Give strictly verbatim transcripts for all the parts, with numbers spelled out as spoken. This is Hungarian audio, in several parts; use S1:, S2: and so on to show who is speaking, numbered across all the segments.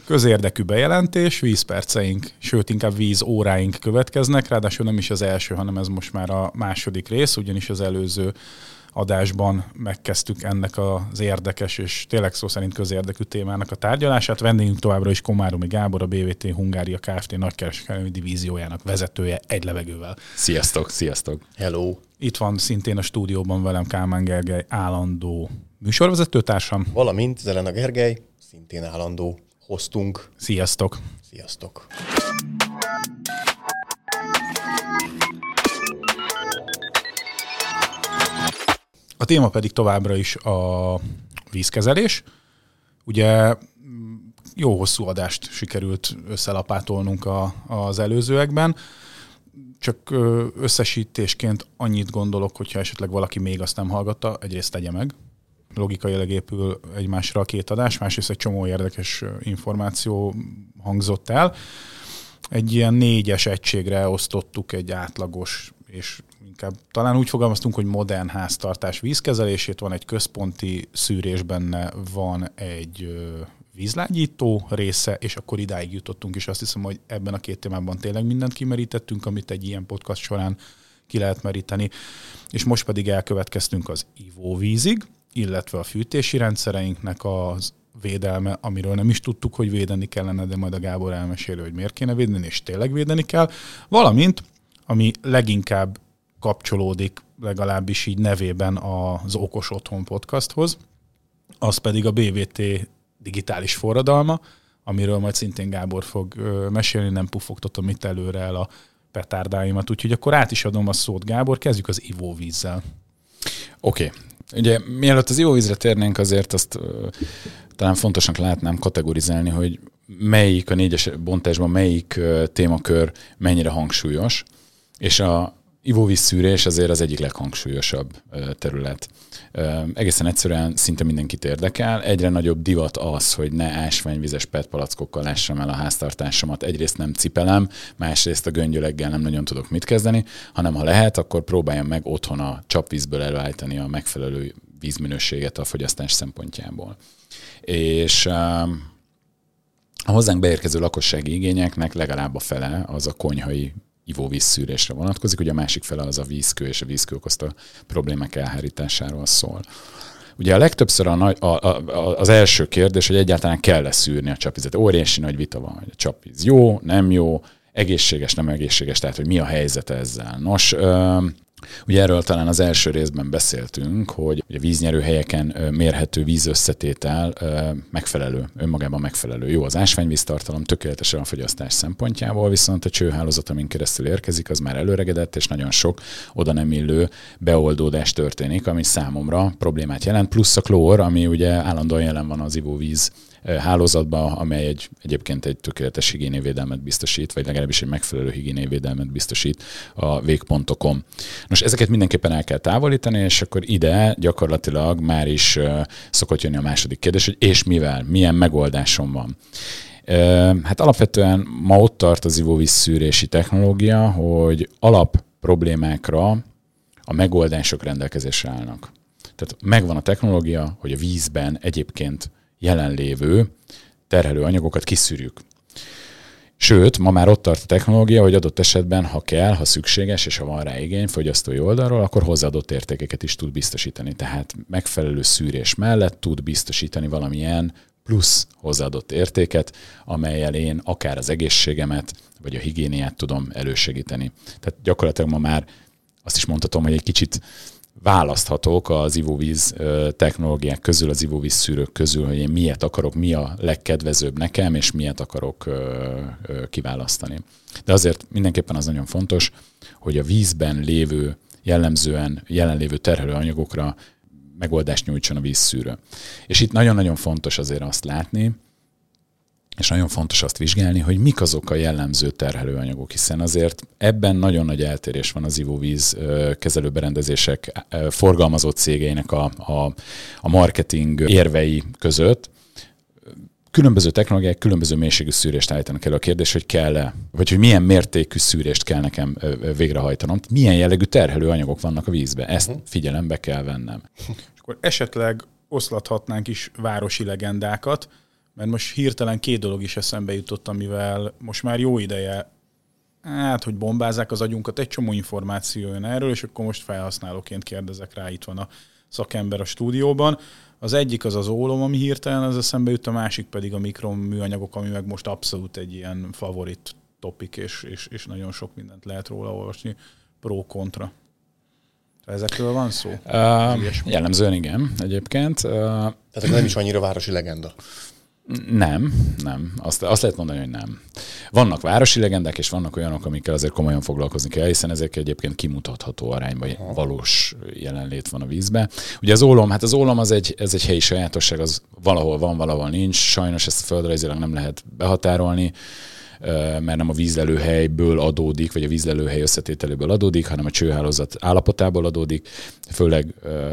S1: Közérdekű bejelentés, vízperceink, sőt inkább vízóráink következnek, ráadásul nem is az első, hanem ez most már a második rész, ugyanis az előző adásban megkezdtük ennek az érdekes és tényleg szó szerint közérdekű témának a tárgyalását. Vendégünk továbbra is Komáromi Gábor, a bé vé té Hungária Kft. Nagykereskedelmi divíziójának vezetője egy levegővel.
S2: Sziasztok, sziasztok.
S3: Hello.
S1: Itt van szintén a stúdióban velem Kálmán Gergely, állandó műsorvezetőtársam.
S3: Valamint Zelena Gergely, szintén állandó hoztunk.
S1: Sziasztok.
S3: Sziasztok.
S1: A téma pedig továbbra is a vízkezelés. Ugye jó hosszú adást sikerült összelapátolnunk a, az előzőekben. Csak összesítésként annyit gondolok, hogyha esetleg valaki még azt nem hallgatta, egyrészt tegye meg. Logikailag épül egymásra a két adás, másrészt egy csomó érdekes információ hangzott el. Egy ilyen négyes egységre osztottuk egy átlagos, és inkább talán úgy fogalmaztunk, hogy modern háztartás vízkezelését, van egy központi szűrés benne, van egy vízlágyító része, és akkor idáig jutottunk, és azt hiszem, hogy ebben a két témában tényleg mindent kimerítettünk, amit egy ilyen podcast során ki lehet meríteni. És most pedig elkövetkeztünk az ivóvízig, illetve a fűtési rendszereinknek az védelme, amiről nem is tudtuk, hogy védeni kellene, de majd a Gábor elmeséli, hogy miért kéne védeni, és tényleg védeni kell, valamint, ami leginkább kapcsolódik, legalábbis így nevében az Okos Otthon podcasthoz, az pedig a bé vé té digitális forradalma, amiről majd szintén Gábor fog mesélni, nem pufogtatom itt előre el a petárdáimat, úgyhogy akkor át is adom a szót, Gábor, kezdjük az ivóvízzel.
S2: Oké. Okay. Ugye mielőtt az ivóvízre térnénk, azért azt uh, talán fontosnak látnám kategorizálni, hogy melyik a négyes bontásban, melyik uh, témakör mennyire hangsúlyos, és a ivóvízszűrés azért az egyik leghangsúlyosabb uh, terület. Uh, egészen egyszerűen szinte mindenkit érdekel. Egyre nagyobb divat az, hogy ne ásványvizes pé é té palackokkal lássam el a háztartásomat. Egyrészt nem cipelem, másrészt a göngyöleggel nem nagyon tudok mit kezdeni, hanem ha lehet, akkor próbáljam meg otthon a csapvízből előállítani a megfelelő vízminőséget a fogyasztás szempontjából. És uh, a hozzánk beérkező lakossági igényeknek legalább a fele az a konyhai ivóvízszűrésre vonatkozik, ugye a másik fele az a vízkő és a vízkő okozta problémák elhárításáról szól. Ugye a legtöbbször a nagy, a, a, az első kérdés, hogy egyáltalán kell-e szűrni a csapvizet. Óriási nagy vita van, hogy a csapvíz jó, nem jó, egészséges, nem egészséges, tehát hogy mi a helyzet ezzel. Nos, ö, ugye erről talán az első részben beszéltünk, hogy a víznyerőhelyeken mérhető vízösszetétel megfelelő, önmagában megfelelő. Jó az ásványvíztartalom, tökéletesen a fogyasztás szempontjából, viszont a csőhálózat, amin keresztül érkezik, az már előregedett, és nagyon sok oda nem illő beoldódás történik, ami számomra problémát jelent, plusz a klór, ami ugye állandóan jelen van az ivóvíz hálózatban, amely egy, egyébként egy tökéletes higiénévédelmet biztosít, vagy legalábbis egy megfelelő higiénévédelmet biztosít a végpontokon. Nos, ezeket mindenképpen el kell távolítani, és akkor ide gyakorlatilag már is szokott jönni a második kérdés, hogy és mivel, milyen megoldásom van. Hát alapvetően ma ott tart az ivóvízszűrési technológia, hogy alap problémákra a megoldások rendelkezésre állnak. Tehát megvan a technológia, hogy a vízben egyébként jelenlévő terhelő anyagokat kiszűrjük. Sőt, ma már ott tart a technológia, hogy adott esetben, ha kell, ha szükséges, és ha van rá igény fogyasztói oldalról, akkor hozzáadott értékeket is tud biztosítani. Tehát megfelelő szűrés mellett tud biztosítani valamilyen plusz hozzáadott értéket, amellyel én akár az egészségemet, vagy a higiéniát tudom elősegíteni. Tehát gyakorlatilag ma már azt is mondhatom, hogy egy kicsit választhatok az ivóvíz technológiák közül, az ivóvíz szűrők közül, hogy én miért akarok, mi a legkedvezőbb nekem, és miért akarok kiválasztani. De azért mindenképpen az nagyon fontos, hogy a vízben lévő, jellemzően jelenlévő terhelő anyagokra megoldást nyújtson a vízszűrő. És itt nagyon-nagyon fontos azért azt látni, és nagyon fontos azt vizsgálni, hogy mik azok a jellemző terhelőanyagok, hiszen azért ebben nagyon nagy eltérés van az ivóvíz kezelőberendezések forgalmazó cégeinek a, a, a marketing érvei között. Különböző technológiák különböző mélységű szűrést állítanak elő. A kérdés, hogy kell-e, vagy hogy milyen mértékű szűrést kell nekem végrehajtanom, milyen jellegű terhelőanyagok vannak a vízben. Ezt figyelembe kell vennem.
S1: És akkor esetleg oszlathatnánk is városi legendákat, Mert most hirtelen két dolog is eszembe jutott, amivel most már jó ideje, hát, hogy bombázzák az agyunkat, egy csomó információ jön erről, és akkor most felhasználóként kérdezek rá, itt van a szakember a stúdióban. Az egyik az az ólom, ami hirtelen az eszembe jut, a másik pedig a mikroműanyagok, ami meg most abszolút egy ilyen favorit topik, és, és, és nagyon sok mindent lehet róla olvasni, pro-kontra. Ezekről van szó?
S2: Uh, jellemzően igen, egyébként. Uh,
S3: Tehát nem is annyira városi legenda.
S2: Nem, nem. Azt, azt lehet mondani, hogy nem. Vannak városi legendák, és vannak olyanok, amikkel azért komolyan foglalkozni kell, hiszen ezek egyébként kimutatható arányban Aha. valós jelenlét van a vízbe. Ugye az ólom, hát az ólom az egy, ez egy helyi sajátosság, az valahol van, valahol nincs. Sajnos ezt földrajzilag nem lehet behatárolni, mert nem a vízlelőhelyből adódik, vagy a vízlelőhely összetételéből adódik, hanem a csőhálózat állapotából adódik. Főleg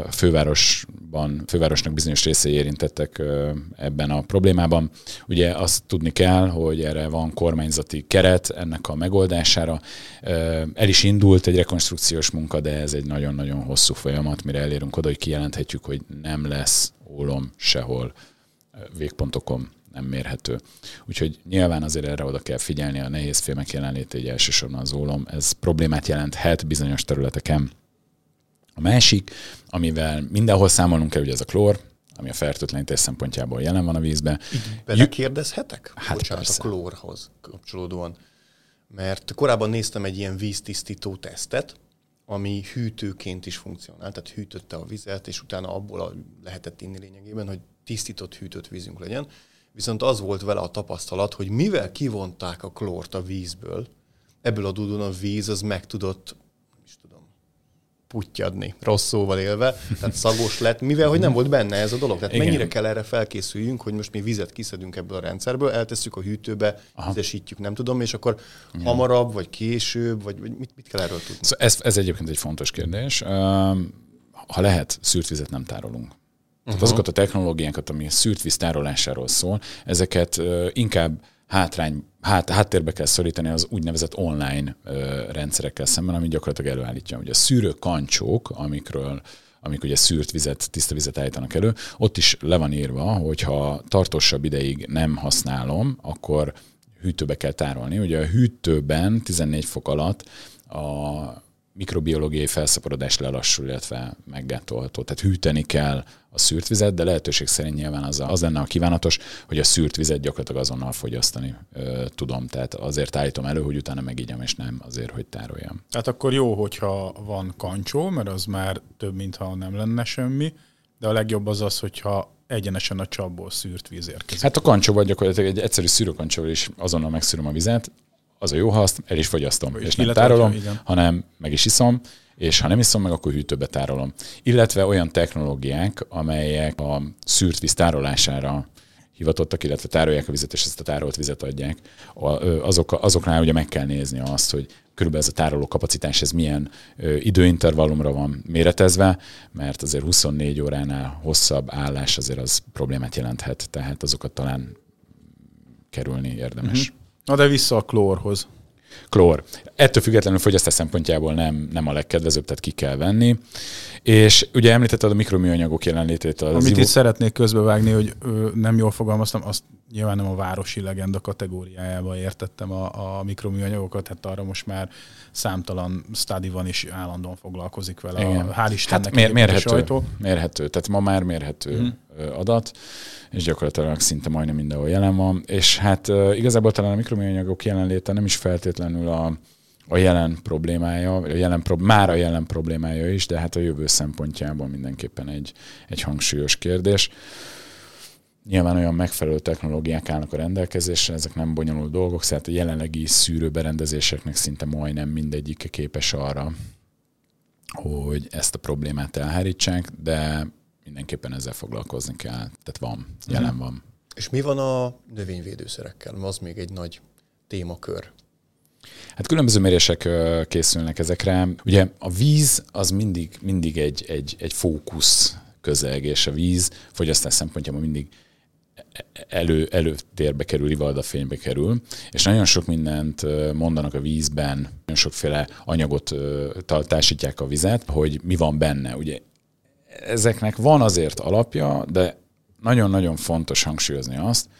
S2: fővárosban, fővárosnak bizonyos részei érintettek ebben a problémában. Ugye azt tudni kell, hogy erre van kormányzati keret ennek a megoldására. El is indult egy rekonstrukciós munka, de ez egy nagyon-nagyon hosszú folyamat, mire elérünk oda, hogy kijelenthetjük, hogy nem lesz ólom sehol végpontokon. Nem mérhető. Úgyhogy nyilván azért erre oda kell figyelni, a nehézfémek jelenléte, így elsősorban az ólom. Ez problémát jelenthet bizonyos területeken. A másik, amivel mindenhol számolnunk kell, ugye ez a klór, ami a fertőtlenítés szempontjából jelen van a vízbe.
S3: Belekérdezhetek?
S2: Hát
S3: Bocsánat, persze. A klórhoz kapcsolódóan. Mert korábban néztem egy ilyen víztisztító tesztet, ami hűtőként is funkcionál, tehát hűtötte a vizet, és utána abból lehetett inni lényegében, hogy tisztított, hűtött vízünk legyen. Viszont az volt vele a tapasztalat, hogy mivel kivonták a klórt a vízből, ebből adódóan a víz az meg tudott, nem is tudom, puttyadni, rossz szóval élve, tehát szagos lett, mivel hogy nem volt benne ez a dolog. Tehát Igen. mennyire kell erre felkészüljünk, hogy most mi vizet kiszedünk ebből a rendszerből, eltesszük a hűtőbe, vizesítjük, nem tudom, és akkor Igen. hamarabb, vagy később, vagy, vagy mit, mit kell erről tudni?
S2: Szóval ez, ez egyébként egy fontos kérdés. Ha lehet, szűrt vizet nem tárolunk. Uh-huh. Azokat a technológiákat, ami szűrt víz tárolásáról szól, ezeket uh, inkább hátrány, hát, háttérbe kell szorítani az úgynevezett online uh, rendszerekkel szemben, ami gyakorlatilag előállítja. Ugye a szűrőkancsók, amikről amik ugye szűrt vizet, tiszta vizet állítanak elő, ott is le van írva, hogy ha tartósabb ideig nem használom, akkor hűtőbe kell tárolni. Ugye a hűtőben tizennégy fok alatt a mikrobiológiai felszaporodás lelassul, illetve meggátolható. Tehát hűteni kell a szűrt vizet, de lehetőség szerint nyilván az, az lenne a kívánatos, hogy a szűrt vizet gyakorlatilag azonnal fogyasztani ö, tudom. Tehát azért állítom elő, hogy utána megígyam, és nem azért, hogy tároljam.
S1: Tehát akkor jó, hogyha van kancsó, mert az már több, mintha nem lenne semmi, de a legjobb az az, hogyha egyenesen a csapból szűrt víz érkezik.
S2: Hát a kancsóval gyakorlatilag egy egyszerű szűrőkancsóval is azonnal megszűröm a vizet, az a jó, ha azt el is fogyasztom, és nem tárolom, hanem meg is iszom, és ha nem iszom meg, akkor hűtőbe tárolom. Illetve olyan technológiák, amelyek a szűrt víz tárolására hivatottak, illetve tárolják a vizet, és ezt a tárolt vizet adják. Azok, azoknál ugye meg kell nézni azt, hogy körülbelül ez a tároló kapacitás, ez milyen időintervallumra van méretezve, mert azért huszonnégy óránál hosszabb állás azért az problémát jelenthet, tehát azokat talán kerülni érdemes. Uh-huh.
S1: Na de vissza a klórhoz.
S2: Klór. Ettől függetlenül fogyasztás szempontjából nem, nem a legkedvezőbb, tehát ki kell venni. És ugye említetted a mikroműanyagok jelenlétét. Az
S1: Amit
S2: ivó...
S1: itt szeretnék közbevágni, hogy ö, nem jól fogalmaztam, azt nyilván nem a városi legenda kategóriájába értettem a, a mikroműanyagokat, hát arra most már számtalan study van is állandóan foglalkozik vele.
S2: Igen.
S1: Hál' Istennek
S2: hát mér, mérhető, sajtó. mérhető, tehát ma már mérhető uh-huh. adat, és gyakorlatilag szinte majdnem mindenhol jelen van. És hát igazából talán a mikroműanyagok jelenléte nem is feltétlenül a a jelen problémája, a jelen pro, már a jelen problémája is, de hát a jövő szempontjából mindenképpen egy, egy hangsúlyos kérdés. Nyilván olyan megfelelő technológiák állnak a rendelkezésre, ezek nem bonyolult dolgok, szóval a jelenlegi szűrőberendezéseknek szinte majdnem mindegyike képes arra, hogy ezt a problémát elhárítsák, de mindenképpen ezzel foglalkozni kell. Tehát van, jelen van.
S3: És mi van a növényvédőszerekkel? Az még egy nagy témakör.
S2: Hát különböző mérések készülnek ezekre. Ugye a víz az mindig, mindig egy, egy, egy fókusz közeg, és a víz fogyasztás szempontjából mindig elő, előtérbe kerül, ivaldafénybe kerül, és nagyon sok mindent mondanak a vízben, nagyon sokféle anyagot társítják a vizet, hogy mi van benne. Ugye ezeknek van azért alapja, de nagyon-nagyon fontos hangsúlyozni azt,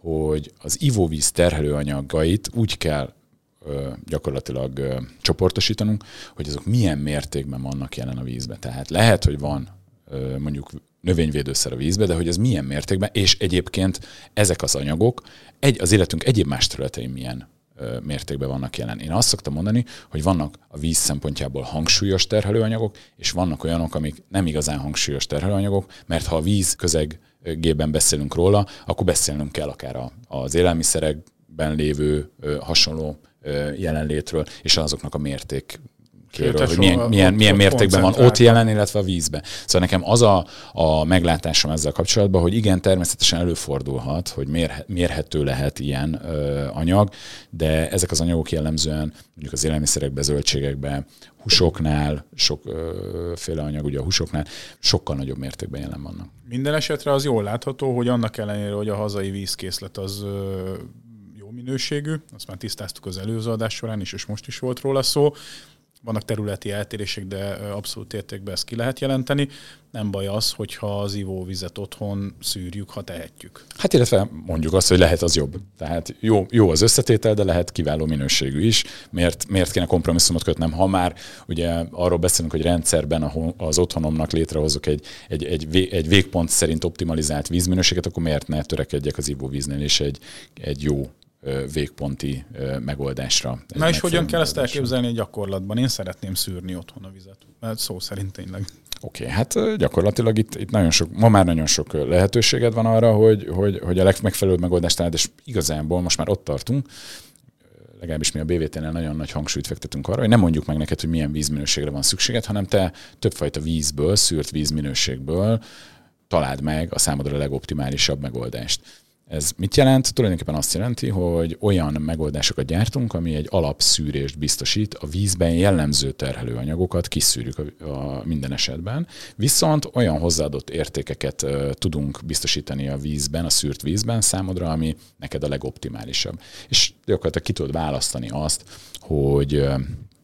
S2: hogy az ivóvíz terhelőanyagait úgy kell ö, gyakorlatilag ö, csoportosítanunk, hogy azok milyen mértékben vannak jelen a vízben. Tehát lehet, hogy van ö, mondjuk növényvédőszer a vízbe, de hogy ez milyen mértékben, és egyébként ezek az anyagok egy, az életünk egyéb más területein milyen ö, mértékben vannak jelen. Én azt szoktam mondani, hogy vannak a víz szempontjából hangsúlyos terhelőanyagok, és vannak olyanok, amik nem igazán hangsúlyos terhelőanyagok, mert ha a víz közegében beszélünk róla, akkor beszélnünk kell akár a, az élelmiszerekben lévő ö, hasonló ö, jelenlétről, és azoknak a mérték Kéről, hogy milyen, milyen, milyen mértékben van ott jelen, illetve a vízben. Szóval nekem az a, a meglátásom ezzel kapcsolatban, hogy igen, természetesen előfordulhat, hogy mér, mérhető lehet ilyen ö, anyag, de ezek az anyagok jellemzően mondjuk az élelmiszerekben, zöldségekben, húsoknál, sokféle anyag ugye a húsoknál sokkal nagyobb mértékben jelen vannak.
S1: Minden esetre az jól látható, hogy annak ellenére, hogy a hazai vízkészlet az ö, jó minőségű, azt már tisztáztuk az előző adás során is, és most is volt róla szó. Vannak területi eltérések, de abszolút értékben ezt ki lehet jelenteni. Nem baj az, hogyha az ivóvizet otthon szűrjük, ha tehetjük.
S2: Hát illetve mondjuk azt, hogy lehet az jobb. Tehát jó, jó az összetétel, de lehet kiváló minőségű is. Miért, miért kéne kompromisszumot kötnem, ha már ugye arról beszélünk, hogy rendszerben az otthonomnak létrehozok egy, egy, egy, egy végpont szerint optimalizált vízminőséget, akkor miért ne törekedjek az ivóvíznél is egy, egy jó végponti megoldásra.
S1: Na és hogyan kell ezt elképzelni gyakorlatban? Én szeretném szűrni otthon a vizet, mert szó szerint tényleg.
S2: Oké, okay, hát gyakorlatilag itt, itt nagyon sok, ma már nagyon sok lehetőséged van arra, hogy, hogy, hogy a legmegfelelőbb megoldást találd, és igazából most már ott tartunk, legalábbis mi a bé vé té-nél nagyon nagy hangsúlyt fektetünk arra, hogy nem mondjuk meg neked, hogy milyen vízminőségre van szükséged, hanem te többfajta vízből, szűrt vízminőségből találd meg a számodra legoptimálisabb megoldást. Ez mit jelent? Tulajdonképpen azt jelenti, hogy olyan megoldásokat gyártunk, ami egy alapszűrést biztosít, a vízben jellemző terhelőanyagokat kiszűrjük a, a minden esetben, viszont olyan hozzáadott értékeket uh, tudunk biztosítani a vízben, a szűrt vízben számodra, ami neked a legoptimálisabb. És gyakorlatilag ki tudod választani azt, hogy uh,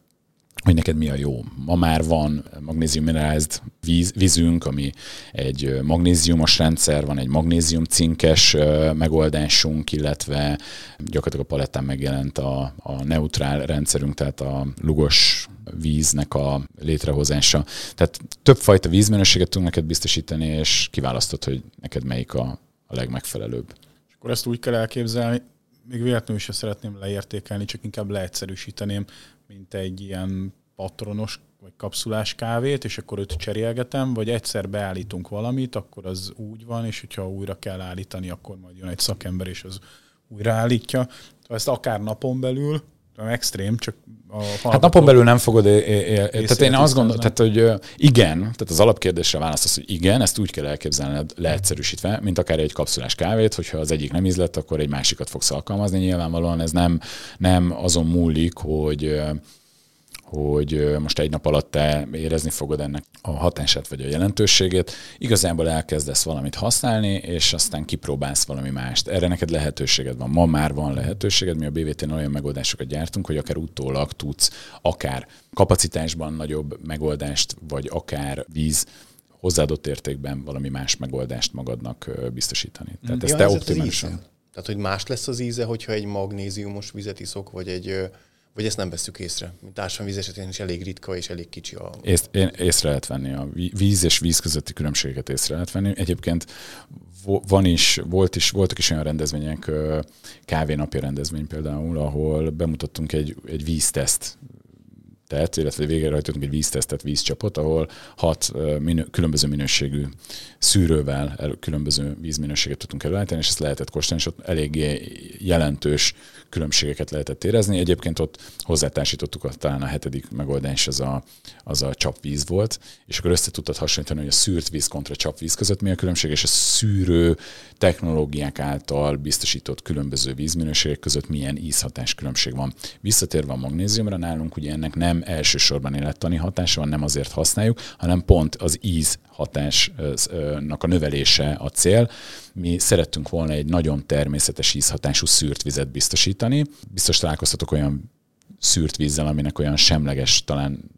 S2: hogy neked mi a jó. Ma már van magnézium mineralized víz, vízünk, ami egy magnéziumos rendszer, van egy magnézium-cinkes megoldásunk, illetve gyakorlatilag a palettán megjelent a, a neutrál rendszerünk, tehát a lugos víznek a létrehozása. Tehát többfajta vízminőséget tudunk neked biztosítani, és kiválasztod, hogy neked melyik a, a legmegfelelőbb.
S1: És akkor ezt úgy kell elképzelni, még véletlenül sem szeretném leértékelni, csak inkább leegyszerűsíteném, mint egy ilyen patronos vagy kapszulás kávét, és akkor őt cserélgetem, vagy egyszer beállítunk valamit, akkor az úgy van, és hogyha újra kell állítani, akkor majd jön egy szakember, és az újraállítja. Ezt akár napon belül, extrém, csak a
S2: hát napon belül nem fogod é- é- é- tehát én azt gondolom, tehát, hogy igen, tehát az alapkérdésre választasz, hogy igen, ezt úgy kell elképzelned leegyszerűsítve, mint akár egy kapszulás kávét, hogyha az egyik nem ízlett, akkor egy másikat fogsz alkalmazni. Nyilvánvalóan ez nem, nem azon múlik, hogy hogy most egy nap alatt te érezni fogod ennek a hatását vagy a jelentőségét. Igazából elkezdesz valamit használni, és aztán kipróbálsz valami mást. Erre neked lehetőséged van. Ma már van lehetőséged. Mi a bé vé té-n olyan megoldásokat gyártunk, hogy akár utólag tudsz akár kapacitásban nagyobb megoldást, vagy akár víz hozzáadott értékben valami más megoldást magadnak biztosítani. Tehát ezt te optimálisan.
S3: Tehát, hogy más lesz az íze, hogyha egy magnéziumos vizet iszok, vagy egy... Vagy ezt nem vesszük észre? Mint ásványvíz esetén is elég ritka és elég kicsi a...
S2: Ész, én észre lehet venni. A víz és víz közötti különbségeket észre lehet venni. Egyébként van is, volt is, voltak is olyan rendezvények, kávénapi rendezvény például, ahol bemutattunk egy, egy vízteszt, tehát, illetve végrehajtottunk egy víztesztet, vízcsapot, ahol hat minő, különböző minőségű szűrővel el, különböző vízminőséget tudtunk előállítani, és ezt lehetett kóstolni, és ott eléggé jelentős különbségeket lehetett érezni. Egyébként ott hozzátársítottuk, a, talán a hetedik megoldás az a, az a csapvíz volt, és akkor össze tudtad hasonlítani, hogy a szűrt víz kontra csapvíz között mi a különbség, és a szűrő technológiák által biztosított különböző vízminőségek között milyen ízhatás különbség van. Visszatérve a magnéziumra, nálunk ugye ennek nem elsősorban élettani hatása van, nem azért használjuk, hanem pont az íz hatásnak a növelése a cél. Mi szerettünk volna egy nagyon természetes ízhatású szűrt vizet biztosítani. Biztos találkoztatok olyan szűrt vízzel, aminek olyan semleges, talán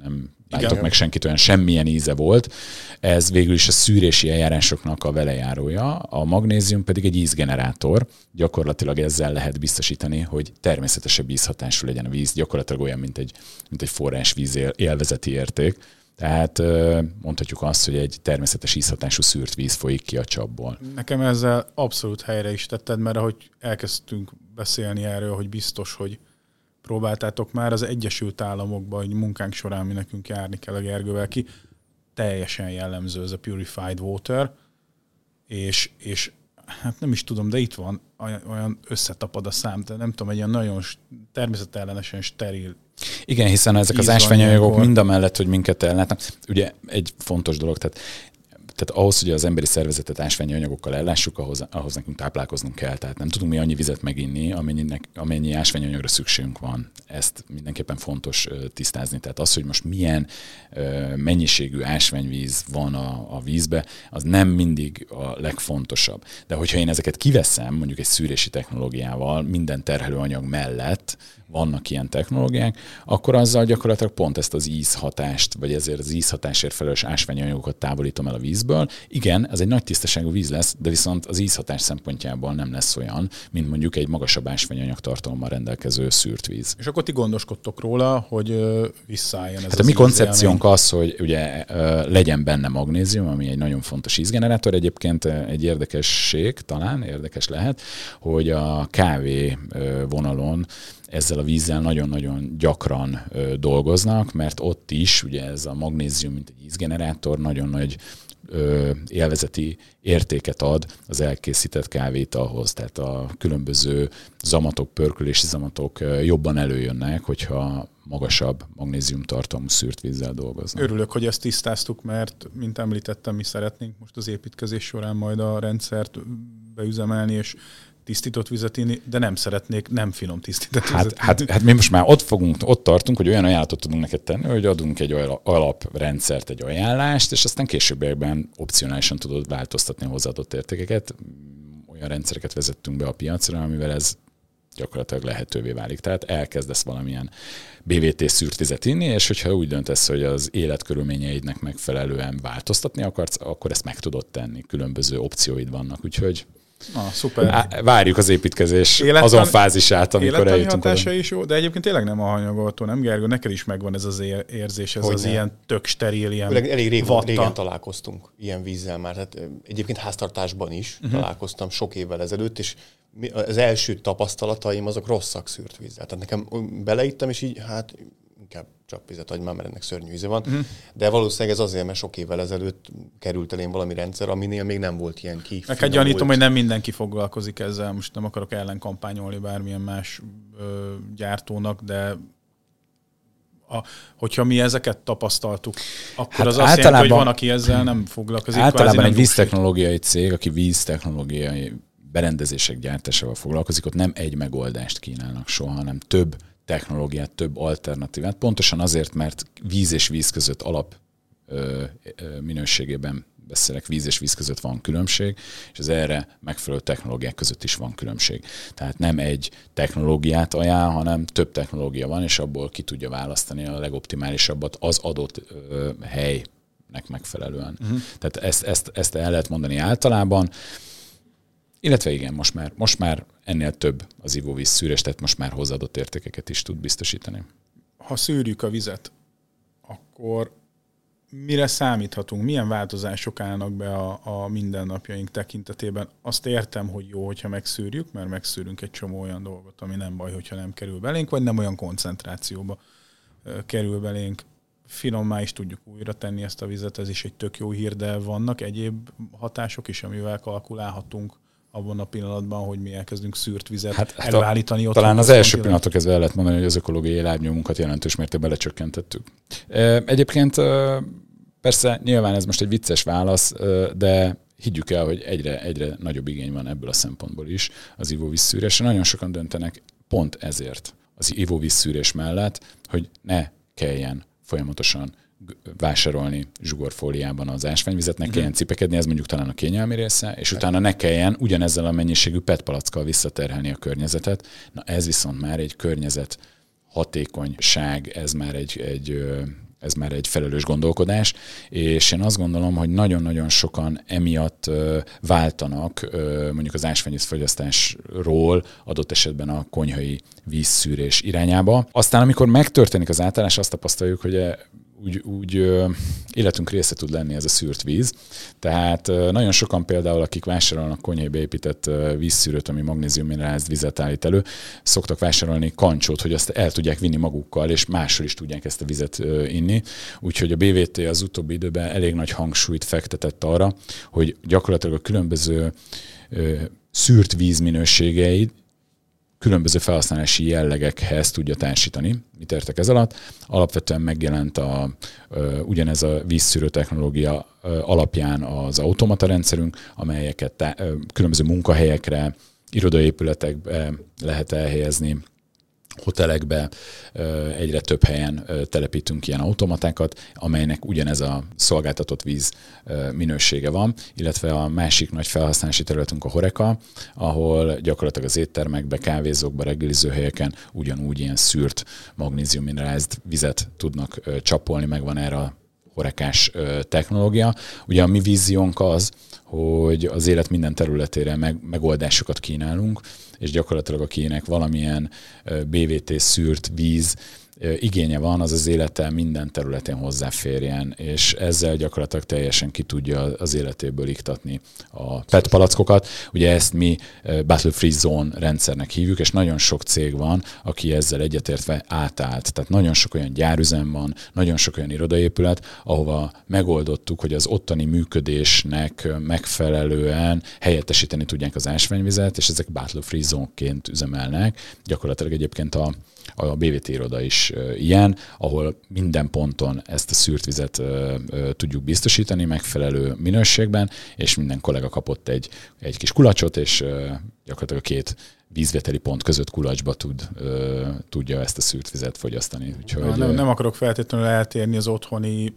S2: nem látok meg senkit, olyan semmilyen íze volt. Ez végül is a szűrési eljárásoknak a velejárója, a magnézium pedig egy ízgenerátor. Gyakorlatilag ezzel lehet biztosítani, hogy természetesebb ízhatású legyen a víz, gyakorlatilag olyan, mint egy, mint egy forrásvíz élvezeti érték. Tehát mondhatjuk azt, hogy egy természetes ízhatású szűrt víz folyik ki a csapból.
S1: Nekem ezzel abszolút helyre is tetted, mert ahogy elkezdtünk beszélni erről, hogy biztos, hogy próbáltátok már az Egyesült Államokban, hogy munkánk során mi nekünk járni kell a Gergővel ki, teljesen jellemző ez a purified water, és, és hát nem is tudom, de itt van, olyan összetapad a szám, de nem tudom, egy olyan nagyon természetellenesen steril.
S2: Igen, hiszen ezek az ásványanyagok mind a mellett, hogy minket ellátnak. Ugye egy fontos dolog, tehát Tehát ahhoz, hogy az emberi szervezetet ásványi anyagokkal ellássuk, ahhoz, ahhoz nekünk táplálkoznunk kell. Tehát nem tudunk mi annyi vizet meginni, amennyinek, amennyi ásványi anyagra szükségünk van. Ezt mindenképpen fontos tisztázni. Tehát az, hogy most milyen mennyiségű ásványvíz van a, a vízbe, az nem mindig a legfontosabb. De hogyha én ezeket kiveszem, mondjuk egy szűrési technológiával, minden terhelőanyag mellett, vannak ilyen technológiák, akkor azzal gyakorlatilag pont ezt az ízhatást, vagy ezért az ízhatásért felelős ásványi anyagokat távolítom el a vízből. Igen, ez egy nagy tisztaságú víz lesz, de viszont az ízhatás szempontjából nem lesz olyan, mint mondjuk egy magasabb ásványi anyagtartalommal rendelkező szűrt víz.
S1: És akkor ti gondoskodtok róla, hogy visszaálljon ez
S2: hát
S1: az
S2: a mi
S1: ízélmény.
S2: koncepciónk az, hogy ugye legyen benne magnézium, ami egy nagyon fontos ízgenerátor. Egyébként egy érdekesség, talán érdekes lehet, hogy a kávé vonalon ezzel a vízzel nagyon-nagyon gyakran ö, dolgoznak, mert ott is ugye ez a magnézium, mint egy ízgenerátor, nagyon nagy ö, élvezeti értéket ad az elkészített kávéitalhoz. Tehát a különböző zamatok, pörkölési zamatok ö, jobban előjönnek, hogyha magasabb magnéziumtartalmú szűrt vízzel dolgoznak.
S1: Örülök, hogy ezt tisztáztuk, mert, mint említettem, mi szeretnénk most az építkezés során majd a rendszert beüzemelni, és tisztított vizet inni, de nem szeretnék nem finom tisztított
S2: hát,
S1: vizet.
S2: Hát, hát mi most már ott fogunk, ott tartunk, hogy olyan ajánlatot tudunk neked tenni, hogy adunk egy alaprendszert, egy ajánlást, és aztán későbbiekben opcionálisan tudod változtatni a hozzáadott értékeket. Olyan rendszereket vezettünk be a piacra, amivel ez gyakorlatilag lehetővé válik. Tehát elkezdesz valamilyen bé vé té szűrt vizet inni, és hogyha úgy döntesz, hogy az életkörülményeidnek megfelelően változtatni akarsz, akkor ezt meg tudod tenni. Különböző opcióid vannak, úgyhogy
S1: Na, szuper.
S2: Várjuk az építkezés
S1: Élettan...
S2: azon fázisát, amikor eljutunk
S1: hatása oda. Is jó, de egyébként tényleg nem a hanyagoltó, nem Gergő? Neked is megvan ez az érzés, ez hogy az ne. Ilyen tök steril, ilyen
S3: elég régen, régen találkoztunk ilyen vízzel már. Hát egyébként háztartásban is uh-huh. találkoztam sok évvel ezelőtt, és az első tapasztalataim azok rosszak szűrt vízzel. Tehát nekem beleittem, és így hát inkább csapvizet adj már, mert ennek szörnyű víze van. Uh-huh. De valószínűleg ez azért, mert sok évvel ezelőtt került elém valami rendszer, aminél még nem volt ilyen ki.
S1: Neked gyanítom, hogy nem mindenki foglalkozik ezzel. Most nem akarok ellenkampányolni bármilyen más ö, gyártónak, de a, hogyha mi ezeket tapasztaltuk, akkor hát az azt jelenti, hogy van, aki ezzel nem foglalkozik.
S2: Általában egy víztechnológiai cég, aki víztechnológiai berendezések gyártásával foglalkozik, ott nem egy megoldást kínálnak soha, hanem több technológiát, több alternatívát. Pontosan azért, mert víz és víz között alap ö, ö, minőségében beszélek, víz és víz között van különbség, és az erre megfelelő technológiák között is van különbség. Tehát nem egy technológiát ajánl, hanem több technológia van, és abból ki tudja választani a legoptimálisabbat az adott ö, helynek megfelelően. Uh-huh. Tehát ezt, ezt, ezt el lehet mondani általában. Illetve igen, most már, most már ennél több az ivóvíz szűrés, tehát most már hozzáadott értékeket is tud biztosítani.
S1: Ha szűrjük a vizet, akkor mire számíthatunk? Milyen változások állnak be a, a mindennapjaink tekintetében? Azt értem, hogy jó, hogyha megszűrjük, mert megszűrünk egy csomó olyan dolgot, ami nem baj, hogyha nem kerül belénk, vagy nem olyan koncentrációba kerül belénk. Finommá is tudjuk újra tenni ezt a vizet, ez is egy tök jó hír, de vannak egyéb hatások is, amivel kalkulálhatunk abban a pillanatban, hogy mi elkezdünk szűrt vizet hát, előállítani.
S2: Hát talán az első pillanatok kezdve el lehet mondani, hogy az ökológiai lábnyomunkat jelentős mértékben lecsökkentettük. Egyébként persze nyilván ez most egy vicces válasz, de higgyük el, hogy egyre, egyre nagyobb igény van ebből a szempontból is az ivóvízszűrésre. Nagyon sokan döntenek pont ezért az ivóvízszűrés mellett, hogy ne kelljen folyamatosan vásárolni zsugorfóliában az ásványvizet, ne kelljen cipekedni, ez mondjuk talán a kényelmi része, és utána ne kelljen ugyanezzel a mennyiségű pé é té palackkal visszaterhelni a környezetet. Na ez viszont már egy környezet hatékonyság, ez már egy, egy ez már egy felelős gondolkodás, és én azt gondolom, hogy nagyon-nagyon sokan emiatt váltanak mondjuk az ásványvíz fogyasztásról adott esetben a konyhai vízszűrés irányába. Aztán amikor megtörténik az átállás, azt tapasztaljuk, hogy úgy, úgy életünk része tud lenni ez a szűrt víz. Tehát nagyon sokan például, akik vásárolnak konyhai beépített vízszűrőt, ami magnézium minerált vizet állít elő, szoktak vásárolni kancsót, hogy azt el tudják vinni magukkal, és máshol is tudják ezt a vizet inni. Úgyhogy a bé vé té az utóbbi időben elég nagy hangsúlyt fektetett arra, hogy gyakorlatilag a különböző szűrt víz minőségeit különböző felhasználási jellegekhez tudja társítani. Mit értek ez alatt? Alapvetően megjelent a, ugyanez a vízszűrő technológia alapján az automata rendszerünk, amelyeket tá- különböző munkahelyekre, irodaépületekbe lehet elhelyezni, hotelekbe egyre több helyen telepítünk ilyen automatákat, amelynek ugyanez a szolgáltatott víz minősége van, illetve a másik nagy felhasználási területünk a HoReCa, ahol gyakorlatilag az éttermekbe, kávézókba, reggelizőhelyeken ugyanúgy ilyen szűrt magnézium minerált vizet tudnak csapolni, megvan erre a HoReCás technológia. Ugye a mi víziónk az, hogy az élet minden területére meg, megoldásokat kínálunk, és gyakorlatilag akinek valamilyen bé vé té szűrt víz igénye van, az az élete minden területén hozzáférjen, és ezzel gyakorlatilag teljesen ki tudja az életéből iktatni a pé e té palackokat. Ugye ezt mi Battle Free Zone rendszernek hívjuk, és nagyon sok cég van, aki ezzel egyetértve átállt. Tehát nagyon sok olyan gyárüzem van, nagyon sok olyan irodaépület, ahova megoldottuk, hogy az ottani működésnek megfelelően helyettesíteni tudják az ásványvizet, és ezek Battle Free Zone-ként üzemelnek. Gyakorlatilag egyébként a A bé vé té iroda is ilyen, ahol minden ponton ezt a szűrt vizet tudjuk biztosítani megfelelő minőségben, és minden kollega kapott egy, egy kis kulacsot, és gyakorlatilag a két vízveteli pont között kulacsba tud, tudja ezt a szűrt vizet fogyasztani. Úgyhogy,
S1: nem, nem akarok feltétlenül eltérni az otthoni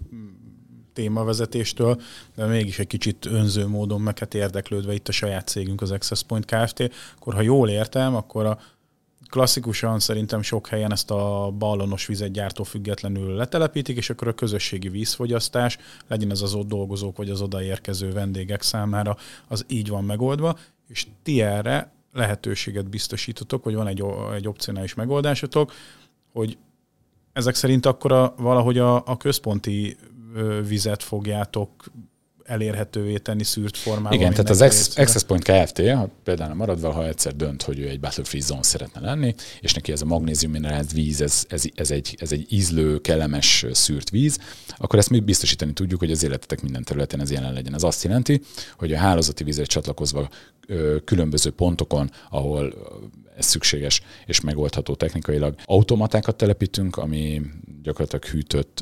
S1: témavezetéstől, de mégis egy kicsit önző módon meg hát érdeklődve itt a saját cégünk, az Access Point Kft., akkor ha jól értem, akkor a klasszikusan szerintem sok helyen ezt a ballonos vizet gyártó függetlenül letelepítik, és akkor a közösségi vízfogyasztás, legyen ez az ott dolgozók, vagy az odaérkező vendégek számára, az így van megoldva, és ti erre lehetőséget biztosítotok, hogy van egy, egy opcionális megoldásotok, hogy ezek szerint akkor a, valahogy a, a központi vizet fogjátok elérhetővé tenni szűrt formában.
S2: Igen, tehát az Access Point Kft., ha például maradva, ha egyszer dönt, hogy ő egy Battle Free Zone szeretne lenni, és neki ez a magnézium minerált víz, ez, ez, ez, egy, ez egy ízlő, kellemes szűrt víz, akkor ezt mi biztosítani tudjuk, hogy az életetek minden területen ez jelen legyen. Ez azt jelenti, hogy a hálózati vízre csatlakozva különböző pontokon, ahol ez szükséges és megoldható technikailag, automatákat telepítünk, ami gyakorlatilag hűtött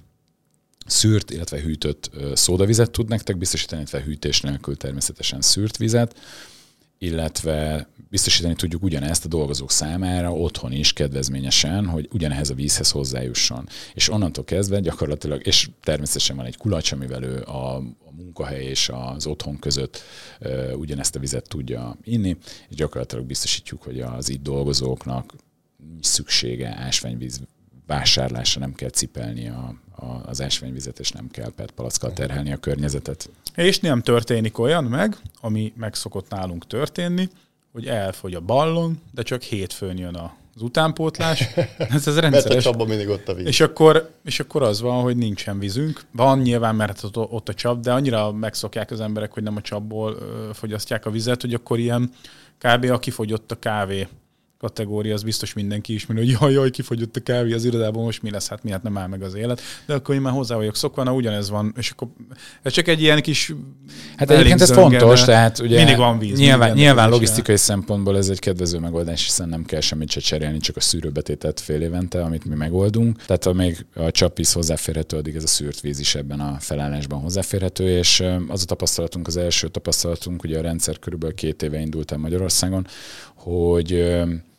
S2: szűrt, illetve hűtött szódavizet tud nektek biztosítani, illetve hűtés nélkül természetesen szűrt vizet, illetve biztosítani tudjuk ugyanezt a dolgozók számára otthon is kedvezményesen, hogy ugyanehez a vízhez hozzájusson. És onnantól kezdve gyakorlatilag, és természetesen van egy kulacs, amivel ő a, a munkahely és az otthon között uh, ugyanezt a vizet tudja inni, és gyakorlatilag biztosítjuk, hogy az itt dolgozóknak nincs szüksége ásványvíz vásárlásra, nem kell cipelni a, a, az ásványvizet, és nem kell pé e té palackkal terhelni a környezetet. És
S1: nem történik olyan meg, ami meg szokott nálunk történni, hogy elfogy a ballon, de csak hétfőn jön az utánpótlás. Ez, ez rendszeres.
S3: Mert a csapban mindig ott a víz.
S1: És akkor, és akkor az van, hogy nincsen vízünk. Van nyilván, mert ott a csap, de annyira megszokják az emberek, hogy nem a csapból fogyasztják a vizet, hogy akkor ilyen kb. A kifogyott a kávé kategória, az biztos mindenki ismeri, hogy jaj, jaj, kifogyott a kávé az irodában, most mi lesz, hát miért nem áll meg az élet. De akkor én már hozzá vagyok szokva, na ugyanez van, és akkor ez csak egy ilyen kis...
S2: Hát egyébként ez fontos, tehát ugye
S1: mindig van víz.
S2: Nyilván, nyilván logisztikai szempontból ez egy kedvező megoldás, hiszen nem kell semmit se cserélni, csak a szűrőbetétet fél évente, amit mi megoldunk. Tehát amíg a csapvíz hozzáférhető, addig ez a szűrt víz is ebben a felállásban hozzáférhető, és az a tapasztalatunk, az első tapasztalatunk, ugye a rendszer körülbelül két éve indult el Magyarországon, hogy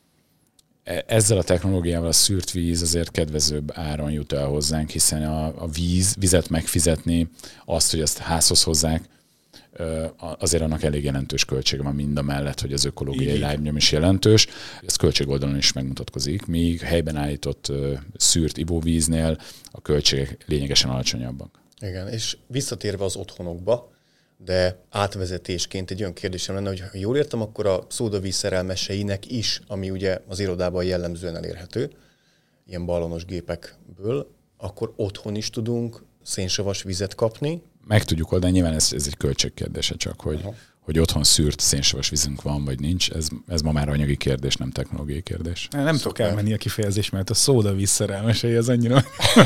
S2: ezzel a technológiával a szűrt víz azért kedvezőbb áron jut el hozzánk, hiszen a, a víz, vizet megfizetni, azt, hogy ezt házhoz hozzák, azért annak elég jelentős költsége van mind a mellett, hogy az ökológiai lábnyom is jelentős. Ez költségoldalon is megmutatkozik, míg helyben állított szűrt ivóvíznél a költségek lényegesen alacsonyabbak.
S3: Igen, és visszatérve az otthonokba, de átvezetésként egy olyan kérdésem lenne, hogy ha jól értem, akkor a szódavíz szerelmeseinek is, ami ugye az irodában jellemzően elérhető, ilyen ballonos gépekből, akkor otthon is tudunk szénsavas vizet kapni.
S2: Meg tudjuk oldani, nyilván ez, ez egy költségkérdése csak, hogy,
S3: Aha.
S2: hogy otthon szűrt szénsavas vízünk van, vagy nincs. Ez, ez ma már anyagi kérdés, nem technológiai kérdés.
S1: Nem, nem tudok elmenni a kifejezés, mert a szódavíz szerelmesei az annyira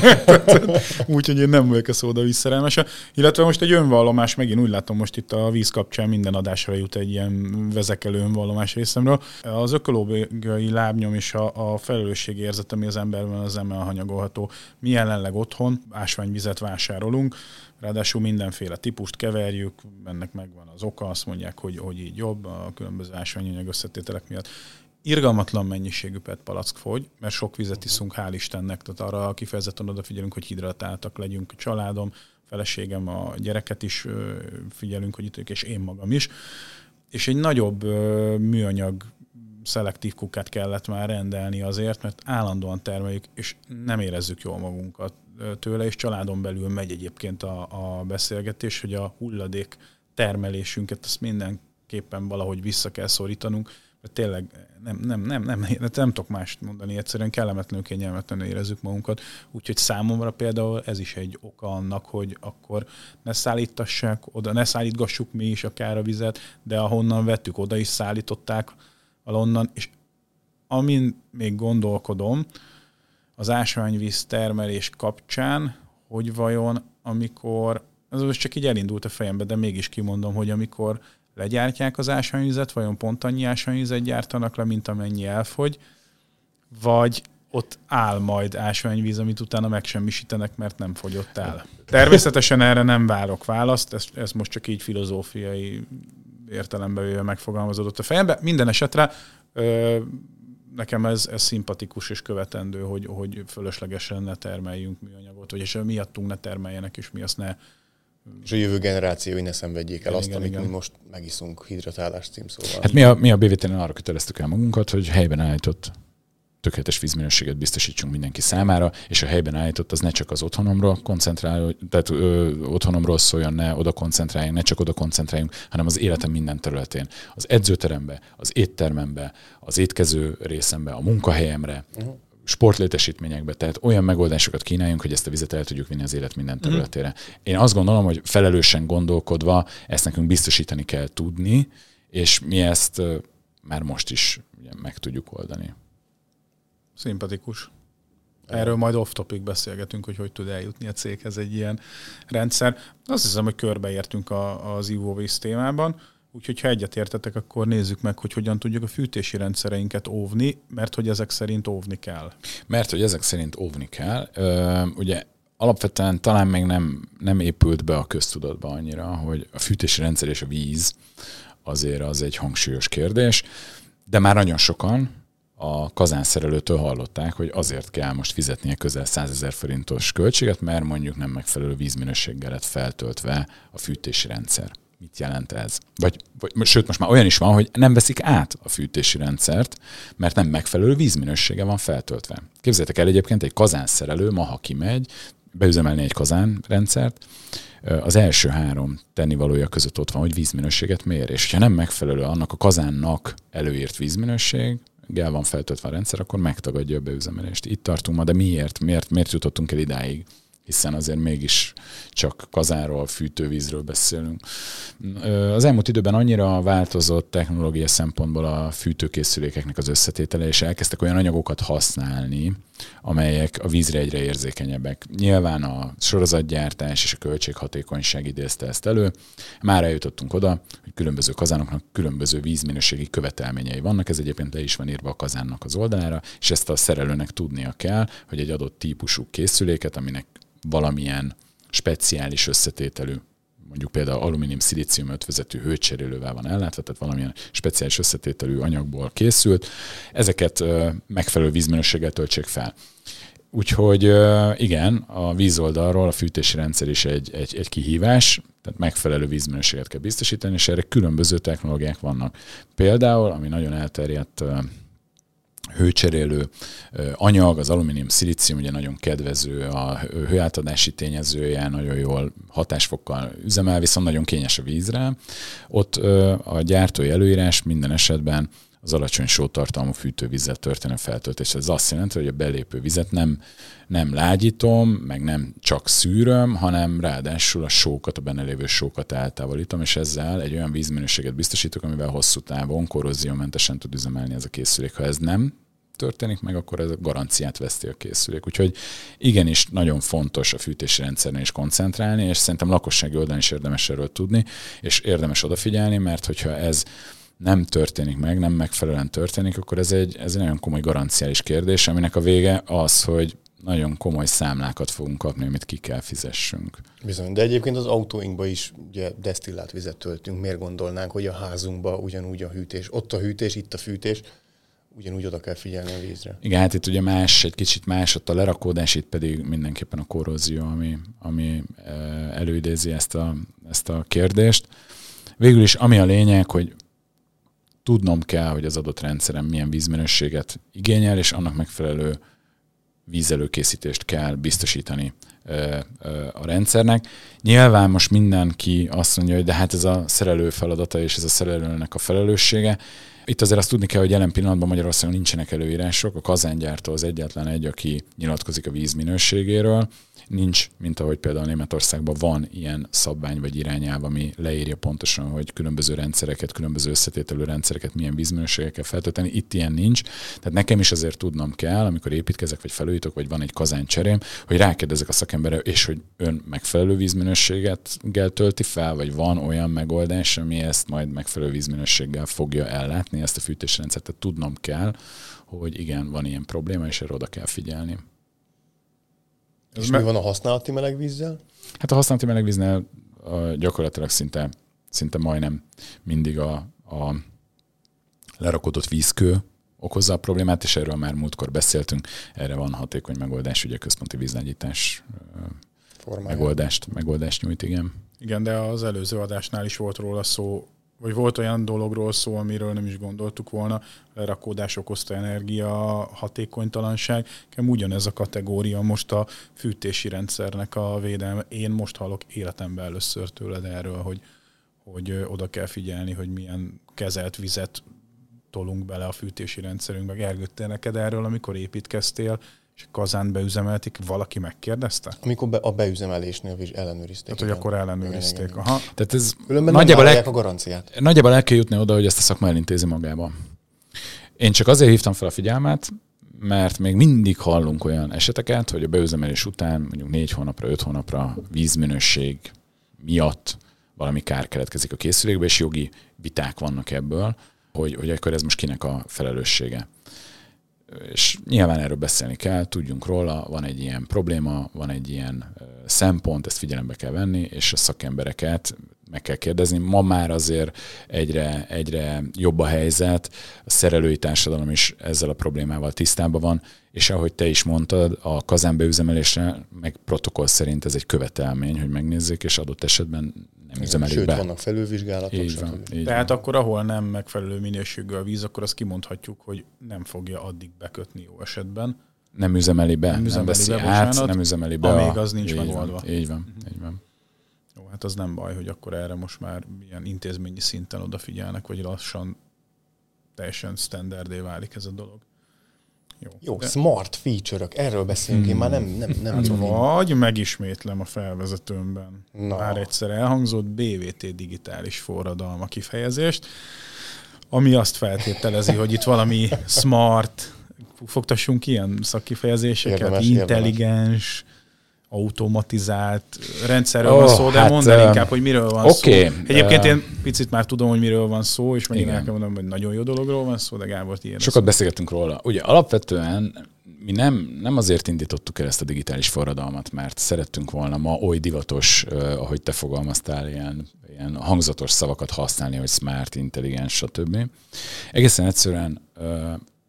S1: úgyhogy én nem vagyok a szódavíz szerelmese. Illetve most egy önvallomás, megint úgy látom, most itt a víz kapcsán minden adásra jut egy ilyen vezekelő önvallomás részemről. Az ökológiai lábnyom és a, a felelősségérzet, ami az emberben az nem elhanyagolható. Mi jelenleg otthon ásványvizet vásárolunk, ráadásul mindenféle típust keverjük, ennek megvan az oka, azt mondják, hogy, hogy így jobb a különböző ásványanyag összetételek miatt. Irgalmatlan mennyiségű pé e té palack fogy, mert sok vizet iszunk, hál' Istennek, tehát arra kifejezetten odafigyelünk, hogy hidratáltak legyünk, a családom, feleségem, a gyereket is figyelünk, hogy itt és én magam is. És egy nagyobb műanyag szelektív kukát kellett már rendelni azért, mert állandóan termeljük, és nem érezzük jól magunkat tőle, és családon belül megy egyébként a, a beszélgetés, hogy a hulladék termelésünket azt mindenképpen valahogy vissza kell szorítanunk, mert tényleg nem, nem, nem, nem, nem, nem tudok mást mondani, egyszerűen kellemetlenül, kényelmetlenül érezzük magunkat, úgyhogy számomra például ez is egy oka annak, hogy akkor ne szállítassák oda, ne szállítgassuk mi is akár a vizet, de ahonnan vettük, oda is szállították valonnan, és amin még gondolkodom, az ásványvíz termelés kapcsán, hogy vajon amikor, az most csak így elindult a fejembe, de mégis kimondom, hogy amikor legyártják az ásványvizet, vajon pont annyi ásványvizet gyártanak le, mint amennyi elfogy, vagy ott áll majd ásványvíz, amit utána megsemmisítenek, mert nem fogyott el. Természetesen erre nem várok választ, ez, ez most csak így filozófiai értelembe véve megfogalmazódott a fejembe. Minden esetre ö, nekem ez, ez szimpatikus és követendő, hogy, hogy fölöslegesen ne termeljünk műanyagot, vagy és miattunk ne termeljenek, és mi azt ne...
S3: És a jövő generációi ne szenvedjék el
S1: igen,
S3: azt,
S1: igen,
S3: amit
S1: igen.
S3: mi most megiszunk hidratálás címszóval.
S2: Hát mi a, mi a bé vé té-nél arra köteleztük el magunkat, hogy helyben állított tökéletes vízminőséget biztosítsunk mindenki számára, és a helyben állított az ne csak az otthonomról koncentrál, tehát ö, otthonomról szóljon, ne oda koncentráljunk, ne csak oda koncentráljunk, hanem az életem minden területén. Az edzőterembe, az éttermembe, az étkező részembe, a munkahelyemre, uh-huh. sportlétesítményekbe, tehát olyan megoldásokat kínáljunk, hogy ezt a vizet el tudjuk vinni az élet minden területére. Uh-huh. Én azt gondolom, hogy felelősen gondolkodva ezt nekünk biztosítani kell tudni, és mi ezt ö, már most is ugye, meg tudjuk oldani.
S1: Szimpatikus. Erről majd off-topic beszélgetünk, hogy hogy tud eljutni a céghez egy ilyen rendszer. Azt hiszem, hogy körbeértünk a, az ivóvíz témában, úgyhogy ha egyetértetek, akkor nézzük meg, hogy hogyan tudjuk a fűtési rendszereinket óvni, mert hogy ezek szerint óvni kell.
S2: Mert hogy ezek szerint óvni kell. Ö, ugye alapvetően talán még nem, nem épült be a köztudatba annyira, hogy a fűtési rendszer és a víz azért az egy hangsúlyos kérdés, de már nagyon sokan a kazánszerelőtől hallották, hogy azért kell most fizetnie közel százezer forintos költséget, mert mondjuk nem megfelelő vízminőséggel lett feltöltve a fűtési rendszer. Mit jelent ez? Vagy, vagy, sőt, most már olyan is van, hogy nem veszik át a fűtési rendszert, mert nem megfelelő vízminősége van feltöltve. Képzeljétek el egyébként, egy kazánszerelő ma, ha kimegy, beüzemelni egy kazánrendszert, az első három tennivalója között ott van, hogy vízminőséget mér, és ha nem megfelelő annak a kazánnak előírt vízminőség, gel van feltöltve a rendszer, akkor megtagadja a beüzemelést. Itt tartunk ma, de miért? Miért, miért jutottunk el idáig? Hiszen azért mégis csak kazánról, fűtővízről beszélünk. Az elmúlt időben annyira változott technológia szempontból a fűtőkészülékeknek az összetétele, és elkezdtek olyan anyagokat használni, amelyek a vízre egyre érzékenyebbek. Nyilván a sorozatgyártás és a költséghatékonyság idézte ezt elő. Már eljutottunk oda, hogy különböző kazánoknak különböző vízminőségi követelményei vannak, ez egyébként le is van írva a kazánnak az oldalára, és ezt a szerelőnek tudnia kell, hogy egy adott típusú készüléket, aminek valamilyen speciális összetételű, mondjuk például alumínium-szilícium ötvözetű hőcserélővel van ellátva, tehát valamilyen speciális összetételű anyagból készült, ezeket megfelelő vízminőséggel töltsék fel. Úgyhogy igen, a vízoldalról a fűtési rendszer is egy, egy, egy kihívás, tehát megfelelő vízminőséget kell biztosítani, és erre különböző technológiák vannak. Például, ami nagyon elterjedt hőcserélő anyag, az alumínium szilícium, ugye nagyon kedvező a hőátadási tényezője, nagyon jól hatásfokkal üzemel, viszont nagyon kényes a vízre. Ott a gyártói előírás minden esetben az alacsony sótartalmú fűtővízzel történő feltöltés. Ez azt jelenti, hogy a belépő vizet nem, nem lágyítom, meg nem csak szűröm, hanem ráadásul a sókat, a benne lévő sókat eltávolítom, és ezzel egy olyan vízminőséget biztosítok, amivel hosszú távon korróziómentesen tud üzemelni ez a készülék. Ha ez nem történik meg, akkor ez a garanciát veszti a készülék. Úgyhogy igenis nagyon fontos a fűtési rendszernél is koncentrálni, és szerintem lakossági oldalon is érdemes erről tudni, és érdemes odafigyelni, mert hogyha ez nem történik meg, nem megfelelően történik, akkor ez egy, ez egy nagyon komoly garanciális kérdés, aminek a vége az, hogy nagyon komoly számlákat fogunk kapni, amit ki kell fizessünk.
S3: Bizony, de egyébként az autóinkba is ugye desztillált vizet töltünk. Miért gondolnánk, hogy a házunkba ugyanúgy a hűtés, ott a hűtés, itt a fűtés, ugyanúgy oda kell figyelni a vízre.
S2: Igen, hát itt ugye más, egy kicsit más ott a lerakódás, itt pedig mindenképpen a korrózió, ami, ami előidézi ezt a, ezt a kérdést. Végül is ami a lényeg, hogy tudnom kell, hogy az adott rendszerem milyen vízminőséget igényel, és annak megfelelő vízelőkészítést kell biztosítani a rendszernek. Nyilván most mindenki azt mondja, hogy de hát ez a szerelő feladata, és ez a szerelőnek a felelőssége. Itt azért azt tudni kell, hogy jelen pillanatban Magyarországon nincsenek előírások. A kazángyártó az egyetlen egy, aki nyilatkozik a víz minőségéről. Nincs, mint ahogy például Németországban van ilyen szabvány vagy irányelv, ami leírja pontosan, hogy különböző rendszereket, különböző összetételű rendszereket milyen vízminőséggel kell feltölteni. Itt ilyen nincs. Tehát nekem is azért tudnom kell, amikor építkezek, vagy felújítok, vagy van egy kazánycserém, hogy rákérdezek a szakemberre, és hogy ön megfelelő vízminőséget tölti fel, vagy van olyan megoldás, ami ezt majd megfelelő vízminőséggel fogja ellátni, ezt a fűtésrendszert. Tehát tudnom kell, hogy igen, van ilyen probléma, és erre oda kell figyelni.
S3: És mi van a használati melegvízzel?
S2: Hát a használati melegvíznél gyakorlatilag szinte, szinte majdnem mindig a, a lerakódott vízkő okozza a problémát, és erről már múltkor beszéltünk. Erre van hatékony megoldás, ugye központi vízlágyítás megoldást, megoldást nyújt, igen.
S1: Igen, de az előző adásnál is volt róla szó, vagy volt olyan dologról szó, amiről nem is gondoltuk volna, lerakódás okozta energia, hatékonytalanság. Nekem ugyanez a kategória most a fűtési rendszernek a védelme. Én most hallok életemben először tőled erről, hogy, hogy oda kell figyelni, hogy milyen kezelt vizet tolunk bele a fűtési rendszerünkbe. Gergődtél neked erről, amikor építkeztél, és kazánt beüzemeltik, valaki megkérdezte?
S3: Amikor be, a beüzemelésnél is ellenőrizték.
S1: Tehát, hogy akkor ellenőrizték. Igen, igen. Aha.
S2: Tehát ez
S3: nagyjából el, a garanciát.
S2: Nagyjából el kell jutni oda, hogy ezt a szakma elintézi magába. Én csak azért hívtam fel a figyelmet, mert még mindig hallunk olyan eseteket, hogy a beüzemelés után mondjuk négy hónapra, öt hónapra vízminőség miatt valami kár keletkezik a készülékbe, és jogi viták vannak ebből, hogy, hogy akkor ez most kinek a felelőssége. És nyilván erről beszélni kell, tudjunk róla, van egy ilyen probléma, van egy ilyen szempont, ezt figyelembe kell venni, és a szakembereket meg kell kérdezni. Ma már azért egyre, egyre jobb a helyzet, a szerelői társadalom is ezzel a problémával tisztában van, és ahogy te is mondtad, a kazánbeüzemelésre meg protokoll szerint ez egy követelmény, hogy megnézzék, és adott esetben nem üzemelik
S3: Sőt,
S2: be.
S3: Sőt, vannak felülvizsgálatok.
S2: Így van, így
S1: Tehát
S2: van.
S1: akkor, ahol nem megfelelő minőségű a víz, akkor azt kimondhatjuk, hogy nem fogja addig bekötni jó esetben.
S2: Nem üzemeli be, nem,
S1: üzemeli
S2: nem veszi
S1: be,
S2: át,
S1: bocsánat,
S2: nem üzemeli be.
S1: Amíg
S2: a...
S1: az nincs
S2: így
S1: megoldva.
S2: Van, így van, uh-huh. így van.
S1: Jó, hát az nem baj, hogy akkor erre most már ilyen intézményi szinten odafigyelnek, vagy lassan teljesen standardé válik ez a dolog. Jó,
S3: Jó
S1: de...
S3: smart feature-ök, erről beszélünk, hmm. én már nem, nem, nem
S1: hát
S3: tudom.
S1: Vagy megismétlem a felvezetőmben.
S3: Na.
S1: Már egyszer elhangzott bé vé té digitális forradalma kifejezést, ami azt feltételezi, hogy itt valami smart, fogtassunk ilyen szakkifejezéseket,
S3: érdemes,
S1: intelligens, érdemes. automatizált rendszerről
S2: oh,
S1: van szó, de
S2: hát,
S1: mondd el inkább, hogy miről van
S2: okay.
S1: szó. Egyébként én picit már tudom, hogy miről van szó, és megint el kell mondanom, hogy nagyon jó dologról van szó, de Gábor, tiéd.
S2: Sokat beszélgetünk róla. Ugye alapvetően mi nem, nem azért indítottuk el ezt a digitális forradalmat, mert szerettünk volna ma oly divatos, uh, ahogy te fogalmaztál, ilyen, ilyen hangzatos szavakat használni, hogy smart, intelligens, stb. Egészen egyszerűen uh,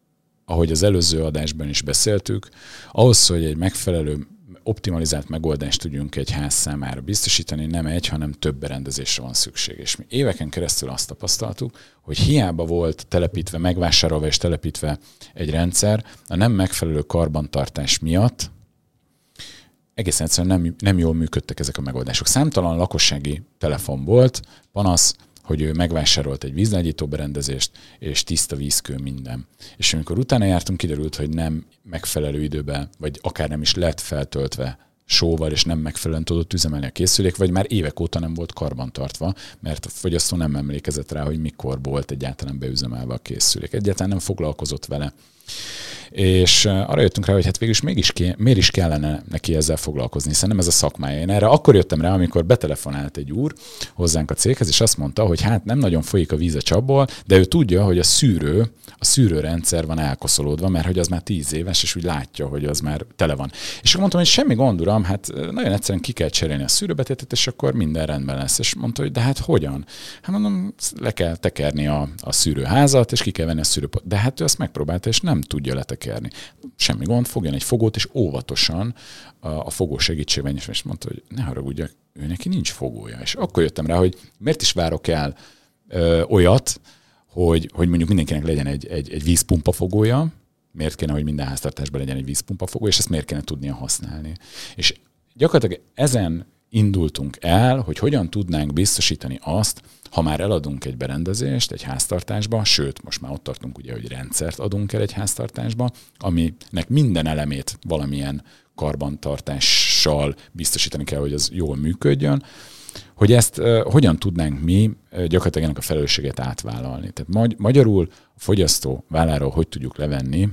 S2: ahogy az előző adásban is beszéltük, ahhoz, hogy egy megfelelő optimalizált megoldást tudjunk egy ház számára biztosítani, nem egy, hanem több berendezésre van szükség. És mi éveken keresztül azt tapasztaltuk, hogy hiába volt telepítve, megvásárolva és telepítve egy rendszer, a nem megfelelő karbantartás miatt egészen egyszerűen nem, nem jól működtek ezek a megoldások. Számtalan lakossági telefon volt, panasz, hogy ő megvásárolt egy vízlágyító berendezést, és tiszta vízkő minden. És amikor utána jártunk, kiderült, hogy nem megfelelő időben, vagy akár nem is lett feltöltve sóval, és nem megfelelően tudott üzemelni a készülék, vagy már évek óta nem volt karbantartva, mert a fogyasztó nem emlékezett rá, hogy mikor volt egyáltalán beüzemelve a készülék. Egyáltalán nem foglalkozott vele. És arra jöttünk rá, hogy hát végülis mégis ké, miért is kellene neki ezzel foglalkozni, hiszen nem ez a szakmája. Én erre akkor jöttem rá, amikor betelefonált egy úr hozzánk a céghez, és azt mondta, hogy hát nem nagyon folyik a víz a csapból, de ő tudja, hogy a szűrő, a szűrőrendszer van elkoszolódva, mert hogy az már tíz éves, és úgy látja, hogy az már tele van. És akkor mondtam, hogy semmi gond, uram, hát nagyon egyszerűen ki kell cserélni a szűrőbetétet, és akkor minden rendben lesz. És mondta, hogy de hát hogyan? Hát mondom, le kell tekerni a, a szűrőházat, és ki kell venni a szűrőpot. De hát ő azt megpróbálta, és nem tudja letekerni. Semmi gond, fogjon egy fogót, és óvatosan a, a fogó segítségben is, és mondta, hogy ne haragudjak, ő neki nincs fogója. És akkor jöttem rá, hogy miért is várok el ö, olyat, hogy, hogy mondjuk mindenkinek legyen egy, egy, egy vízpumpa fogója, miért kéne, hogy minden háztartásban legyen egy vízpumpa fogója, és ezt miért kéne tudnia használni. És gyakorlatilag ezen indultunk el, hogy hogyan tudnánk biztosítani azt, ha már eladunk egy berendezést egy háztartásba, sőt, most már ott tartunk ugye, hogy rendszert adunk el egy háztartásba, aminek minden elemét valamilyen karbantartással biztosítani kell, hogy az jól működjön, hogy ezt uh, hogyan tudnánk mi uh, gyakorlatilag ennek a felelősséget átvállalni. Tehát magy- magyarul a fogyasztó válláról hogy tudjuk levenni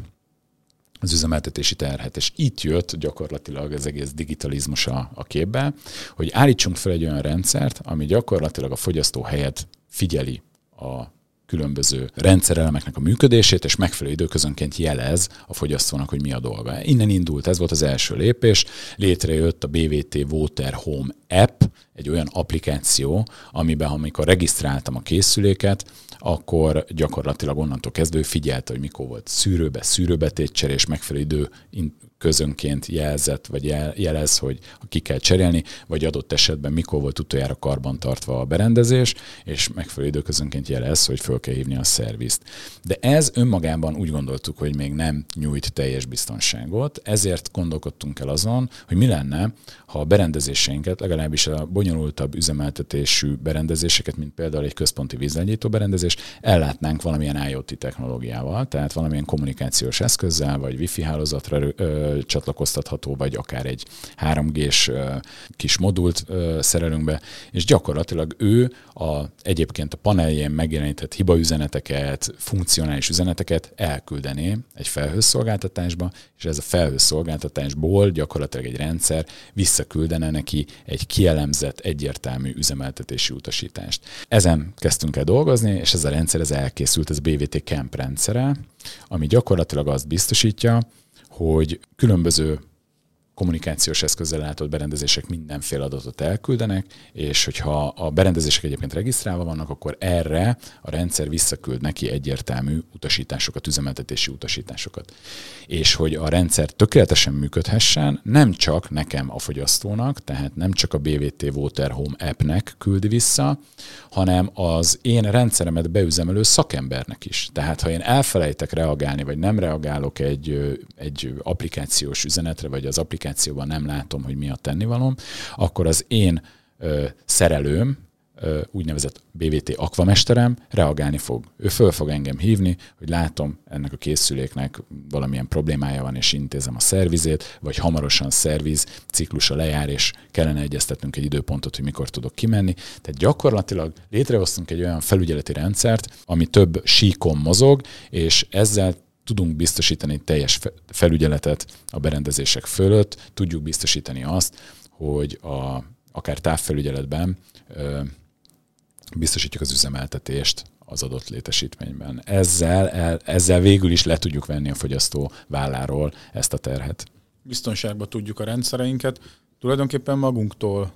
S2: az üzemeltetési terhet. És itt jött gyakorlatilag az egész digitalizmus a, a képbe, hogy állítsunk fel egy olyan rendszert, ami gyakorlatilag a fogyasztó helyett figyeli a különböző rendszerelemeknek a működését, és megfelelő időközönként jelez a fogyasztónak, hogy mi a dolga. Innen indult, ez volt az első lépés. Létrejött a bé vé té Water Home App, egy olyan applikáció, amiben amikor regisztráltam a készüléket, akkor gyakorlatilag onnantól kezdve figyelte, hogy mikor volt szűrőbe, szűrőbetétcseré, és megfelelő idő közönként jelzett, vagy jelez, hogy ki kell cserélni, vagy adott esetben mikor volt utoljára karbantartva a berendezés, és megfelelő időközönként jelez, hogy föl kell hívni a szervizt. De ez önmagában úgy gondoltuk, hogy még nem nyújt teljes biztonságot, ezért gondolkodtunk el azon, hogy mi lenne, ha a berendezéseinket, legalábbis a bonyolultabb üzemeltetésű berendezéseket, mint például egy központi vízlágyító berendezés, ellátnánk valamilyen i o té technológiával, tehát valamilyen kommunikációs eszközzel, vagy wifi hálózatra ö, csatlakoztatható, vagy akár egy három gés ö, kis modult ö, szerelünk be, és gyakorlatilag ő a, egyébként a paneljén megjelenített hibaüzeneteket, funkcionális üzeneteket elküldené egy felhőszolgáltatásba, és ez a felhőszolgáltatásból gyakorlatilag egy rendszer visszaküldene neki egy kielemzett, egyértelmű üzemeltetési utasítást. Ezen kezdtünk el dolgozni, és ez a rendszer ez elkészült, ez bé vé té Camp rendszere, ami gyakorlatilag azt biztosítja, hogy különböző kommunikációs eszközzel látott berendezések mindenféle adatot elküldenek, és hogyha a berendezések egyébként regisztrálva vannak, akkor erre a rendszer visszaküld neki egyértelmű utasításokat, üzemeltetési utasításokat. És hogy a rendszer tökéletesen működhessen, nem csak nekem a fogyasztónak, tehát nem csak a bé vé té Water Home appnek küldi vissza, hanem az én rendszeremet beüzemelő szakembernek is. Tehát ha én elfelejtek reagálni, vagy nem reagálok egy, egy applikációs üzenetre, vagy az applikációban nem látom, hogy mi a tennivalóm, akkor az én ö, szerelőm, ö, úgynevezett bé vé té akvamesterem reagálni fog. Ő föl fog engem hívni, hogy látom, ennek a készüléknek valamilyen problémája van, és intézem a szervizét, vagy hamarosan szerviz ciklusa lejár, és kellene egyeztetnünk egy időpontot, hogy mikor tudok kimenni. Tehát gyakorlatilag létrehoztunk egy olyan felügyeleti rendszert, ami több síkon mozog, és ezzel tudunk biztosítani teljes felügyeletet a berendezések fölött, tudjuk biztosítani azt, hogy a, akár távfelügyeletben ö, biztosítjuk az üzemeltetést az adott létesítményben. Ezzel, el, ezzel végül is le tudjuk venni a fogyasztó válláról ezt a terhet.
S1: Biztonságban tudjuk a rendszereinket, tulajdonképpen magunktól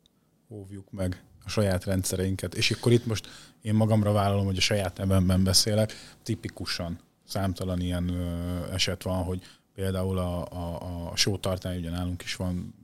S1: óvjuk meg a saját rendszereinket. És akkor itt most én magamra vállalom, hogy a saját nevemben beszélek, tipikusan számtalan ilyen ö, eset van, hogy például a, a, a sótartály, ugye nálunk is van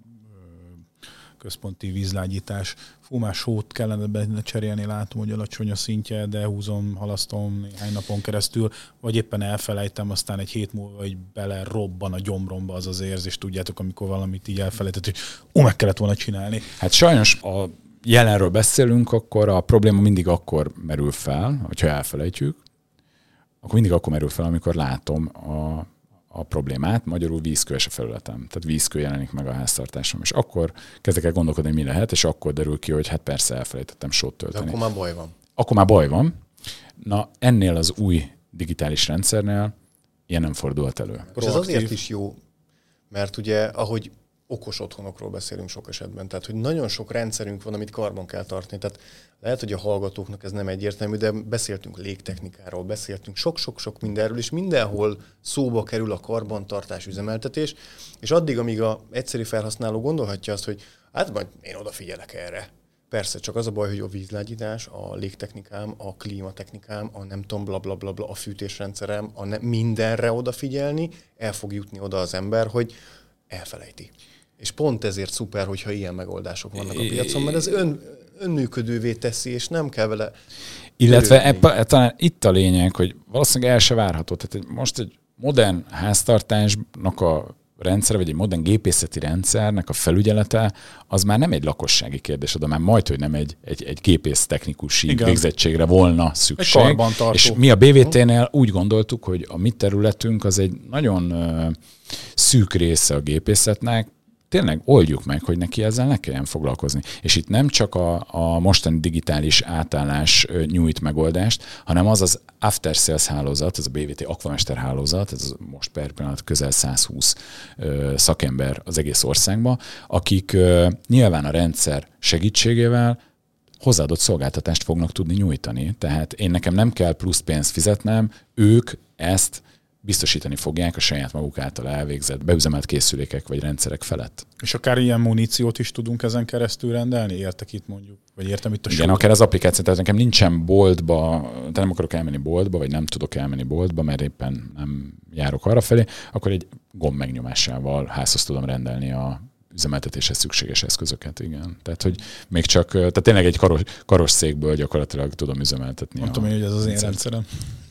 S1: ö, központi vízlágyítás. Fú, már sót kellene benne cserélni, látom, hogy alacsony a szintje, de húzom, halasztom néhány napon keresztül, vagy éppen elfelejtem, aztán egy hét múlva így bele robban a gyomromba az az érzés, tudjátok, amikor valamit így elfelejtett, hogy ó, meg kellett volna csinálni.
S2: Hát sajnos a jelenről beszélünk, akkor a probléma mindig akkor merül fel, hogyha elfelejtjük, akkor mindig akkor merül fel, amikor látom a, a problémát, magyarul vízkő a felületem. Tehát vízkő jelenik meg a háztartásom. És akkor kezdek el gondolkodni, mi lehet, és akkor derül ki, hogy hát persze elfelejtettem sót tölteni.
S3: De akkor már baj van.
S2: Akkor már baj van. Na, ennél az új digitális rendszernél ilyen nem fordulhat elő.
S3: És ez azért is jó, mert ugye, ahogy okos otthonokról beszélünk sok esetben, tehát hogy nagyon sok rendszerünk van, amit karban kell tartani. Tehát lehet, hogy a hallgatóknak ez nem egyértelmű, de beszéltünk légtechnikáról, beszéltünk sok-sok-sok mindenről, és mindenhol szóba kerül a karbantartás, üzemeltetés, és addig, amíg a egyszerű felhasználó gondolhatja azt, hogy hát majd én odafigyelek erre. Persze, csak az a baj, hogy a vízlágyítás, a légtechnikám, a klímatechnikám, a nem tudom, bla, bla, bla, bla, a fűtésrendszerem, a ne, mindenre odafigyelni, el fog jutni oda az ember, hogy elfelejti. És pont ezért szuper, hogyha ilyen megoldások vannak a piacon, mert ez ön, önműködővé teszi, és nem kell vele...
S2: Illetve ebben, talán itt a lényeg, hogy valószínűleg el se várható. Tehát most egy modern háztartásnak a rendszer, vagy egy modern gépészeti rendszernek a felügyelete, az már nem egy lakossági kérdés, de már majd, hogy nem egy, egy, egy gépésztechnikusi végzettségre volna szükség.
S1: Egy
S2: és mi a bé vé té-nél úgy gondoltuk, hogy a mi területünk az egy nagyon uh, szűk része a gépészetnek, tényleg oldjuk meg, hogy neki ezzel ne kelljen foglalkozni. És itt nem csak a, a mostani digitális átállás nyújt megoldást, hanem az az after sales hálózat, ez a bé vé té Aquamester hálózat, ez most per pillanat közel száz húsz ö, szakember az egész országban, akik ö, nyilván a rendszer segítségével hozzáadott szolgáltatást fognak tudni nyújtani. Tehát én nekem nem kell plusz pénzt fizetnem, ők ezt biztosítani fogják a saját maguk által elvégzett beüzemelt készülékek vagy rendszerek felett.
S1: És akár ilyen muníciót is tudunk ezen keresztül rendelni? Értek itt mondjuk? Vagy értem itt a
S2: Igen, akár az applikáció, tehát nekem nincsen boltba, de nem akarok elmenni boltba, vagy nem tudok elmenni boltba, mert éppen nem járok arrafelé, akkor egy gomb megnyomásával házhoz tudom rendelni a üzemeltetéshez szükséges eszközöket, igen. Tehát, hogy még csak, tehát tényleg egy karos, karos székből gyakorlatilag tudom üzemeltetni.
S1: Mondtam én, hogy ez az én rendszerem.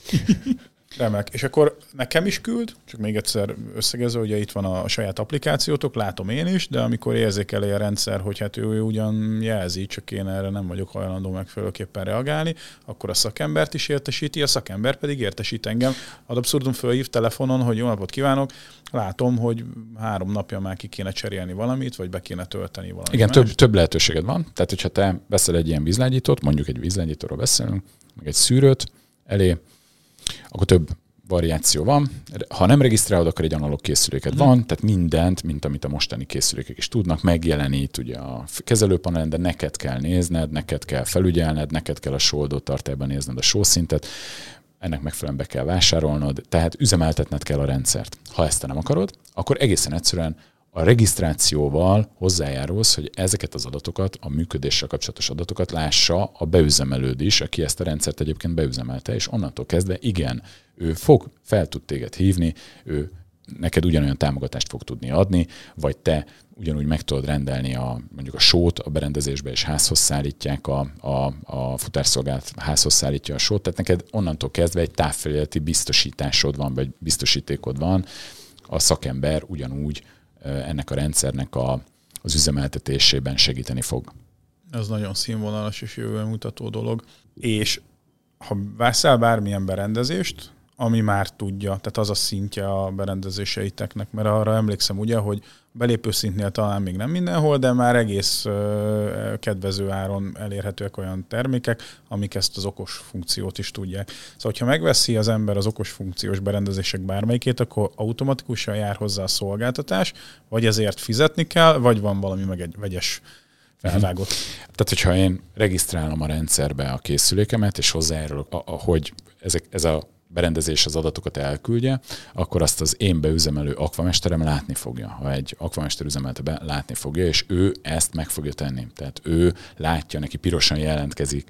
S1: Remek. És akkor nekem is küld, csak még egyszer összegezve, ugye itt van a saját applikációtok, látom én is, de amikor érzékeli a rendszer, hogy hát ő ugyan jelzi, csak én erre nem vagyok hajlandó megfelelőképpen reagálni, akkor a szakembert is értesíti, a szakember pedig értesít engem. Ad abszurdum fölhív telefonon, hogy jó napot kívánok, látom, hogy három napja már ki kéne cserélni valamit, vagy be kéne tölteni valamit.
S2: Igen, több, több lehetőséged van. Tehát, hogyha te veszel egy ilyen vízlágyítót, mondjuk egy vízlágyítóról beszélünk, meg egy szűrőt elé, akkor több variáció van. Ha nem regisztrálod, akkor egy analóg készüléked hmm. van, tehát mindent, mint amit a mostani készülékek is tudnak, megjelenít ugye a kezelőpanelen, de neked kell nézned, neked kell felügyelned, neked kell a sóoldó tartályban nézned a sószintet, ennek megfelelően be kell vásárolnod, tehát üzemeltetned kell a rendszert. Ha ezt te nem akarod, akkor egészen egyszerűen a regisztrációval hozzájárulsz, hogy ezeket az adatokat, a működéssel kapcsolatos adatokat lássa a beüzemelőd is, aki ezt a rendszert egyébként beüzemelte, és onnantól kezdve igen, ő fog, fel tud téged hívni, ő neked ugyanolyan támogatást fog tudni adni, vagy te ugyanúgy meg tudod rendelni a, mondjuk a sót a berendezésbe, és házhoz szállítják, a, a, a futárszolgálat házhoz szállítja a sót, tehát neked onnantól kezdve egy távfelületi biztosításod van, vagy biztosítékod van, a szakember ugyanúgy ennek a rendszernek a, az üzemeltetésében segíteni fog.
S1: Ez nagyon színvonalas és jövőmutató dolog. És ha veszel bármilyen berendezést, ami már tudja, tehát az a szintje a berendezéseiteknek, mert arra emlékszem ugye, hogy belépő szintnél talán még nem mindenhol, de már egész uh, kedvező áron elérhetőek olyan termékek, amik ezt az okos funkciót is tudják. Szóval, ha megveszi az ember az okos funkciós berendezések bármelyikét, akkor automatikusan jár hozzá a szolgáltatás, vagy ezért fizetni kell, vagy van valami meg egy vegyes felvágott.
S2: Tehát, hogyha én regisztrálom a rendszerbe a készülékemet, és hozzájárulok, hogy ezek, ez a berendezés az adatokat elküldje, akkor azt az én beüzemelő akvamesterem látni fogja. Ha egy akvamester üzemelte be, látni fogja, és ő ezt meg fogja tenni. Tehát ő látja, neki pirosan jelentkezik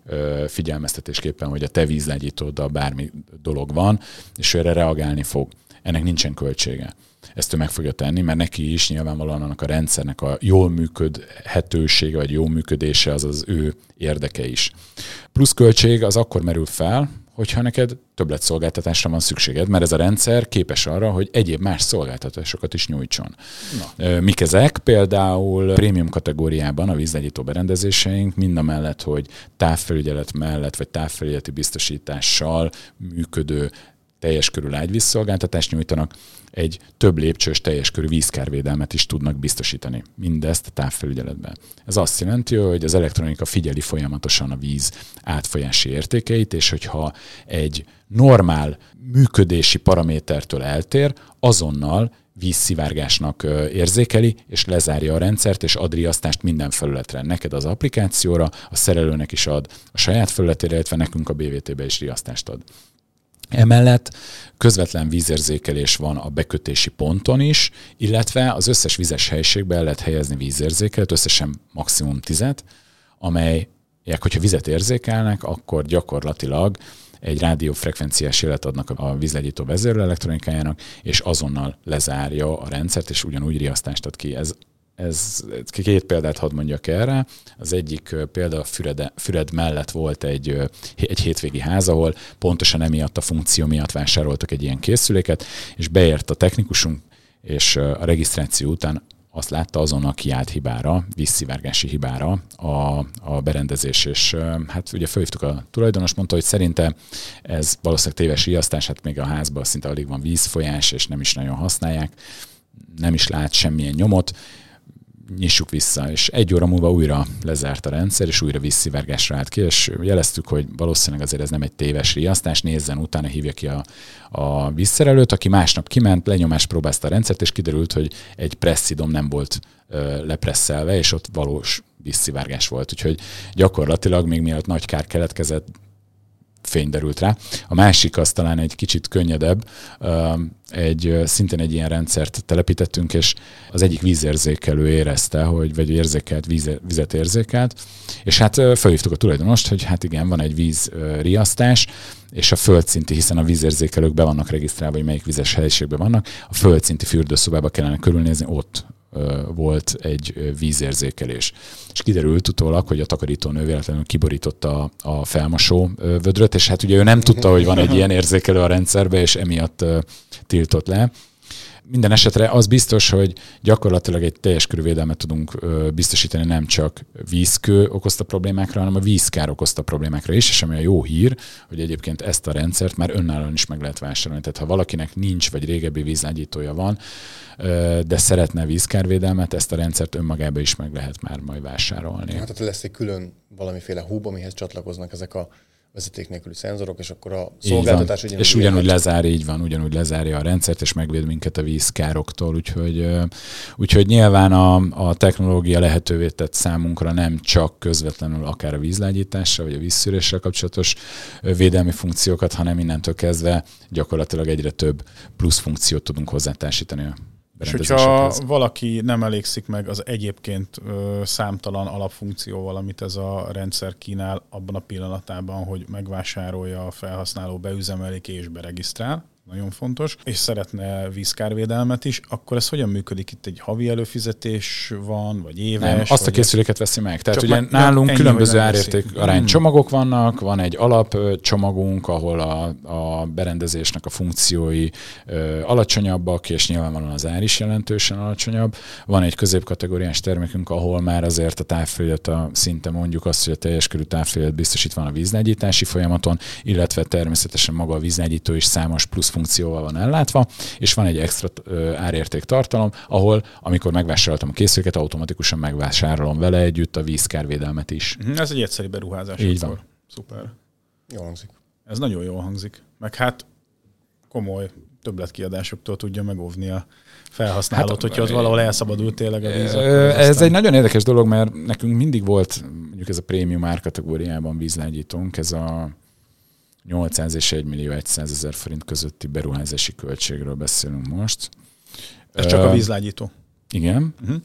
S2: figyelmeztetésképpen, hogy a te vízlágyítóddal bármi dolog van, és ő erre reagálni fog. Ennek nincsen költsége. Ezt ő meg fogja tenni, mert neki is nyilvánvalóan annak a rendszernek a jól működhetősége, vagy jó működése az az ő érdeke is. Plusz költség az akkor merül fel, hogyha neked többletszolgáltatásra van szükséged, mert ez a rendszer képes arra, hogy egyéb más szolgáltatásokat is nyújtson. Na. Mik ezek? Például prémium kategóriában a vízlegyító berendezéseink mindamellett, hogy távfelügyelet mellett, vagy távfelügyeleti biztosítással működő teljes körű ágyvízszolgáltatást nyújtanak, egy több lépcsős teljes körű vízkárvédelmet is tudnak biztosítani. Mindezt a távfelügyeletben. Ez azt jelenti, hogy az elektronika figyeli folyamatosan a víz átfolyási értékeit, és hogyha egy normál működési paramétertől eltér, azonnal vízszivárgásnak érzékeli, és lezárja a rendszert, és ad riasztást minden felületre. Neked az applikációra, a szerelőnek is ad a saját felületére, illetve nekünk a bé vé té-be is riasztást ad. Emellett közvetlen vízérzékelés van a bekötési ponton is, illetve az összes vizes helyiségbe el lehet helyezni vízérzékelőt, összesen maximum tizet, amelyek, hogyha vizet érzékelnek, akkor gyakorlatilag egy rádiófrekvenciás jelet adnak a vízlegyító vezérlő elektronikájának, és azonnal lezárja a rendszert, és ugyanúgy riasztást ad ki. Ez Ez, két példát hadd mondjak erre. Az egyik példa a Fürede, Füred mellett volt egy, egy hétvégi ház, ahol pontosan emiatt a funkció miatt vásároltak egy ilyen készüléket, és beért a technikusunk, és a regisztráció után azt látta, azonnal kiállt hibára, vízszivárgási hibára a, a berendezés, és hát ugye felhívtuk a tulajdonos, mondta, hogy szerinte ez valószínűleg téves riasztás, hát még a házban szinte alig van vízfolyás, és nem is nagyon használják, nem is lát semmilyen nyomot, nyissuk vissza, és egy óra múlva újra lezárt a rendszer, és újra vízszivárgásra állt ki, és jeleztük, hogy valószínűleg azért ez nem egy téves riasztás, nézzen utána, hívja ki a, a vízszerelőt, aki másnap kiment, lenyomást próbázta a rendszert, és kiderült, hogy egy presszidom nem volt ö, lepresszelve, és ott valós vízszivárgás volt. Úgyhogy gyakorlatilag még mielőtt nagy kár keletkezett, fény derült rá. A másik az talán egy kicsit könnyedebb, egy, szintén egy ilyen rendszert telepítettünk, és az egyik vízérzékelő érezte, hogy, vagy érzékelt, víz, vizet érzékelt, és hát felhívtuk a tulajdonost, hogy hát igen, van egy vízriasztás, és a földszinti, hiszen a vízérzékelők be vannak regisztrálva, hogy melyik vizes helyiségben vannak, a földszinti fürdőszobába kellene körülnézni, ott volt egy vízérzékelés. És kiderült utólag, hogy a takarítónő véletlenül kiborította a felmosó vödröt, és hát ugye ő nem tudta, hogy van egy ilyen érzékelő a rendszerbe, és emiatt tiltott le. Minden esetre az biztos, hogy gyakorlatilag egy teljes körű védelmet tudunk biztosítani nem csak vízkő okozta problémákra, hanem a vízkár okozta problémákra is, és ami a jó hír, hogy egyébként ezt a rendszert már önállóan is meg lehet vásárolni. Tehát ha valakinek nincs, vagy régebbi vízlágyítója van, de szeretne vízkárvédelmet, ezt a rendszert önmagában is meg lehet már majd vásárolni.
S3: Hát tehát lesz egy külön valamiféle hub, amihez csatlakoznak ezek a vezeték nélküli szenzorok, és akkor a szolgáltatás ugyanúgy...
S2: És ugyanúgy lezár, így van, ugyanúgy lezárja a rendszert, és megvéd minket a vízkároktól, úgyhogy, úgyhogy nyilván a, a technológia lehetővé tett számunkra nem csak közvetlenül akár a vízlágyítással, vagy a vízszűréssel kapcsolatos védelmi funkciókat, hanem innentől kezdve gyakorlatilag egyre több plusz funkciót tudunk hozzátársítani a
S1: és hogyha valaki nem elégszik meg az egyébként ö, számtalan alapfunkcióval, amit ez a rendszer kínál abban a pillanatában, hogy megvásárolja a felhasználó, beüzemelik és beregisztrál, nagyon fontos, és szeretne vízkárvédelmet is, akkor ez hogyan működik? Itt egy havi előfizetés van, vagy éves?
S2: Nem, azt a készüléket veszi meg. Tehát ugye meg, nálunk ennyi, különböző árérték arány csomagok vannak, van egy alapcsomagunk, ahol a, a berendezésnek a funkciói ö, alacsonyabbak, és nyilvánvalóan az ár is jelentősen alacsonyabb. Van egy középkategóriás termékünk, ahol már azért a távfelület a szinte mondjuk azt, hogy a teljes körű távfelület biztosítva van a vízlágyítási folyamaton, illetve természetesen maga a vízlágyító is számos plusz funkcióval van ellátva, és van egy extra árérték tartalom, ahol amikor megvásároltam a készüléket, automatikusan megvásárolom vele együtt a vízkárvédelmet is.
S1: Ez egy egyszerű beruházás.
S2: Így van.
S1: Szuper.
S3: Jól hangzik.
S1: Ez nagyon jól hangzik. Meg hát komoly többletkiadásoktól tudja megóvni a felhasználót, hát, hogyha ott valahol elszabadult tényleg a víz.
S2: Ez aztán... egy nagyon érdekes dolog, mert nekünk mindig volt, mondjuk ez a prémium árkategóriában vízlágyítónk, ez a nyolcszáz és egymillió százezer forint közötti beruházási költségről beszélünk most.
S1: Ez csak a vízlágyító.
S2: Igen. Uh-huh.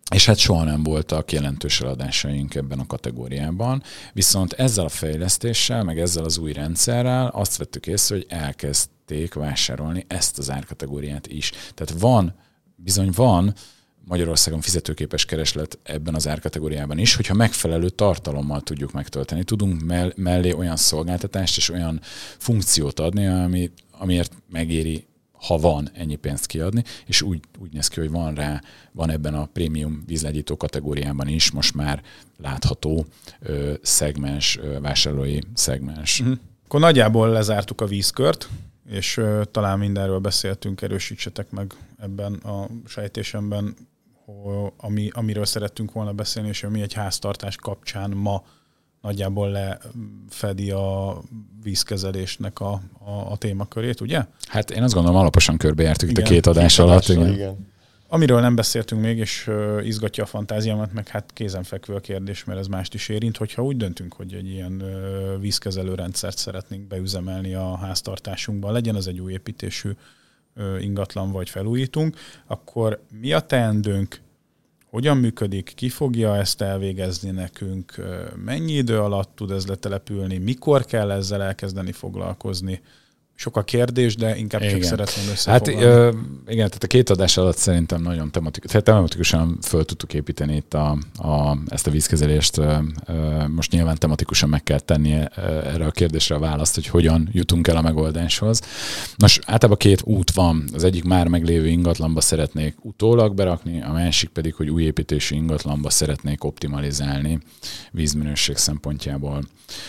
S2: és hát soha nem voltak jelentős eladásaink ebben a kategóriában, viszont ezzel a fejlesztéssel, meg ezzel az új rendszerrel azt vettük észre, hogy elkezdték vásárolni ezt az árkategóriát is. Tehát van, bizony van Magyarországon fizetőképes kereslet ebben az árkategóriában is, hogyha megfelelő tartalommal tudjuk megtölteni. Tudunk mell- mellé olyan szolgáltatást és olyan funkciót adni, ami, amiért megéri, ha van ennyi pénzt kiadni, és úgy, úgy néz ki, hogy van rá, van ebben a prémium vízlegyító kategóriában is most már látható ö, szegmens, ö, vásárlói szegmens.
S1: Uh-huh. Akkor nagyjából lezártuk a vízkört, és ö, talán mindenről beszéltünk, erősítsetek meg ebben a sejtésemben, ho, ami, amiről szerettünk volna beszélni, és ami egy háztartás kapcsán ma nagyjából lefedi a vízkezelésnek a, a, a témakörét, ugye?
S2: Hát én azt gondolom, alaposan körbejártuk itt a két adás
S3: két
S2: alatt.
S3: Adással,
S2: igen.
S3: igen.
S1: Amiről nem beszéltünk még, és uh, izgatja a fantáziámat, meg hát kézenfekvő a kérdés, mert ez mást is érint, hogyha úgy döntünk, hogy egy ilyen uh, vízkezelő rendszert szeretnénk beüzemelni a háztartásunkban, legyen az egy új építésű uh, ingatlan, vagy felújítunk, akkor mi a teendőnk, hogyan működik, ki fogja ezt elvégezni nekünk, mennyi idő alatt tud ez letelepülni, mikor kell ezzel elkezdeni foglalkozni. Sok a kérdés, de inkább csak igen. szeretném összefoglalni.
S2: Hát ö, igen, tehát a két adás alatt szerintem nagyon tematikus, tehát tematikusan föl tudtuk építeni itt a, a, ezt a vízkezelést. Ö, ö, most nyilván tematikusan meg kell tenni erre a kérdésre a választ, hogy hogyan jutunk el a megoldáshoz. Nos, általában két út van. Az egyik már meglévő ingatlanba szeretnék utólag berakni, a másik pedig, hogy új építésű ingatlanba szeretnék optimalizálni vízminőség szempontjából.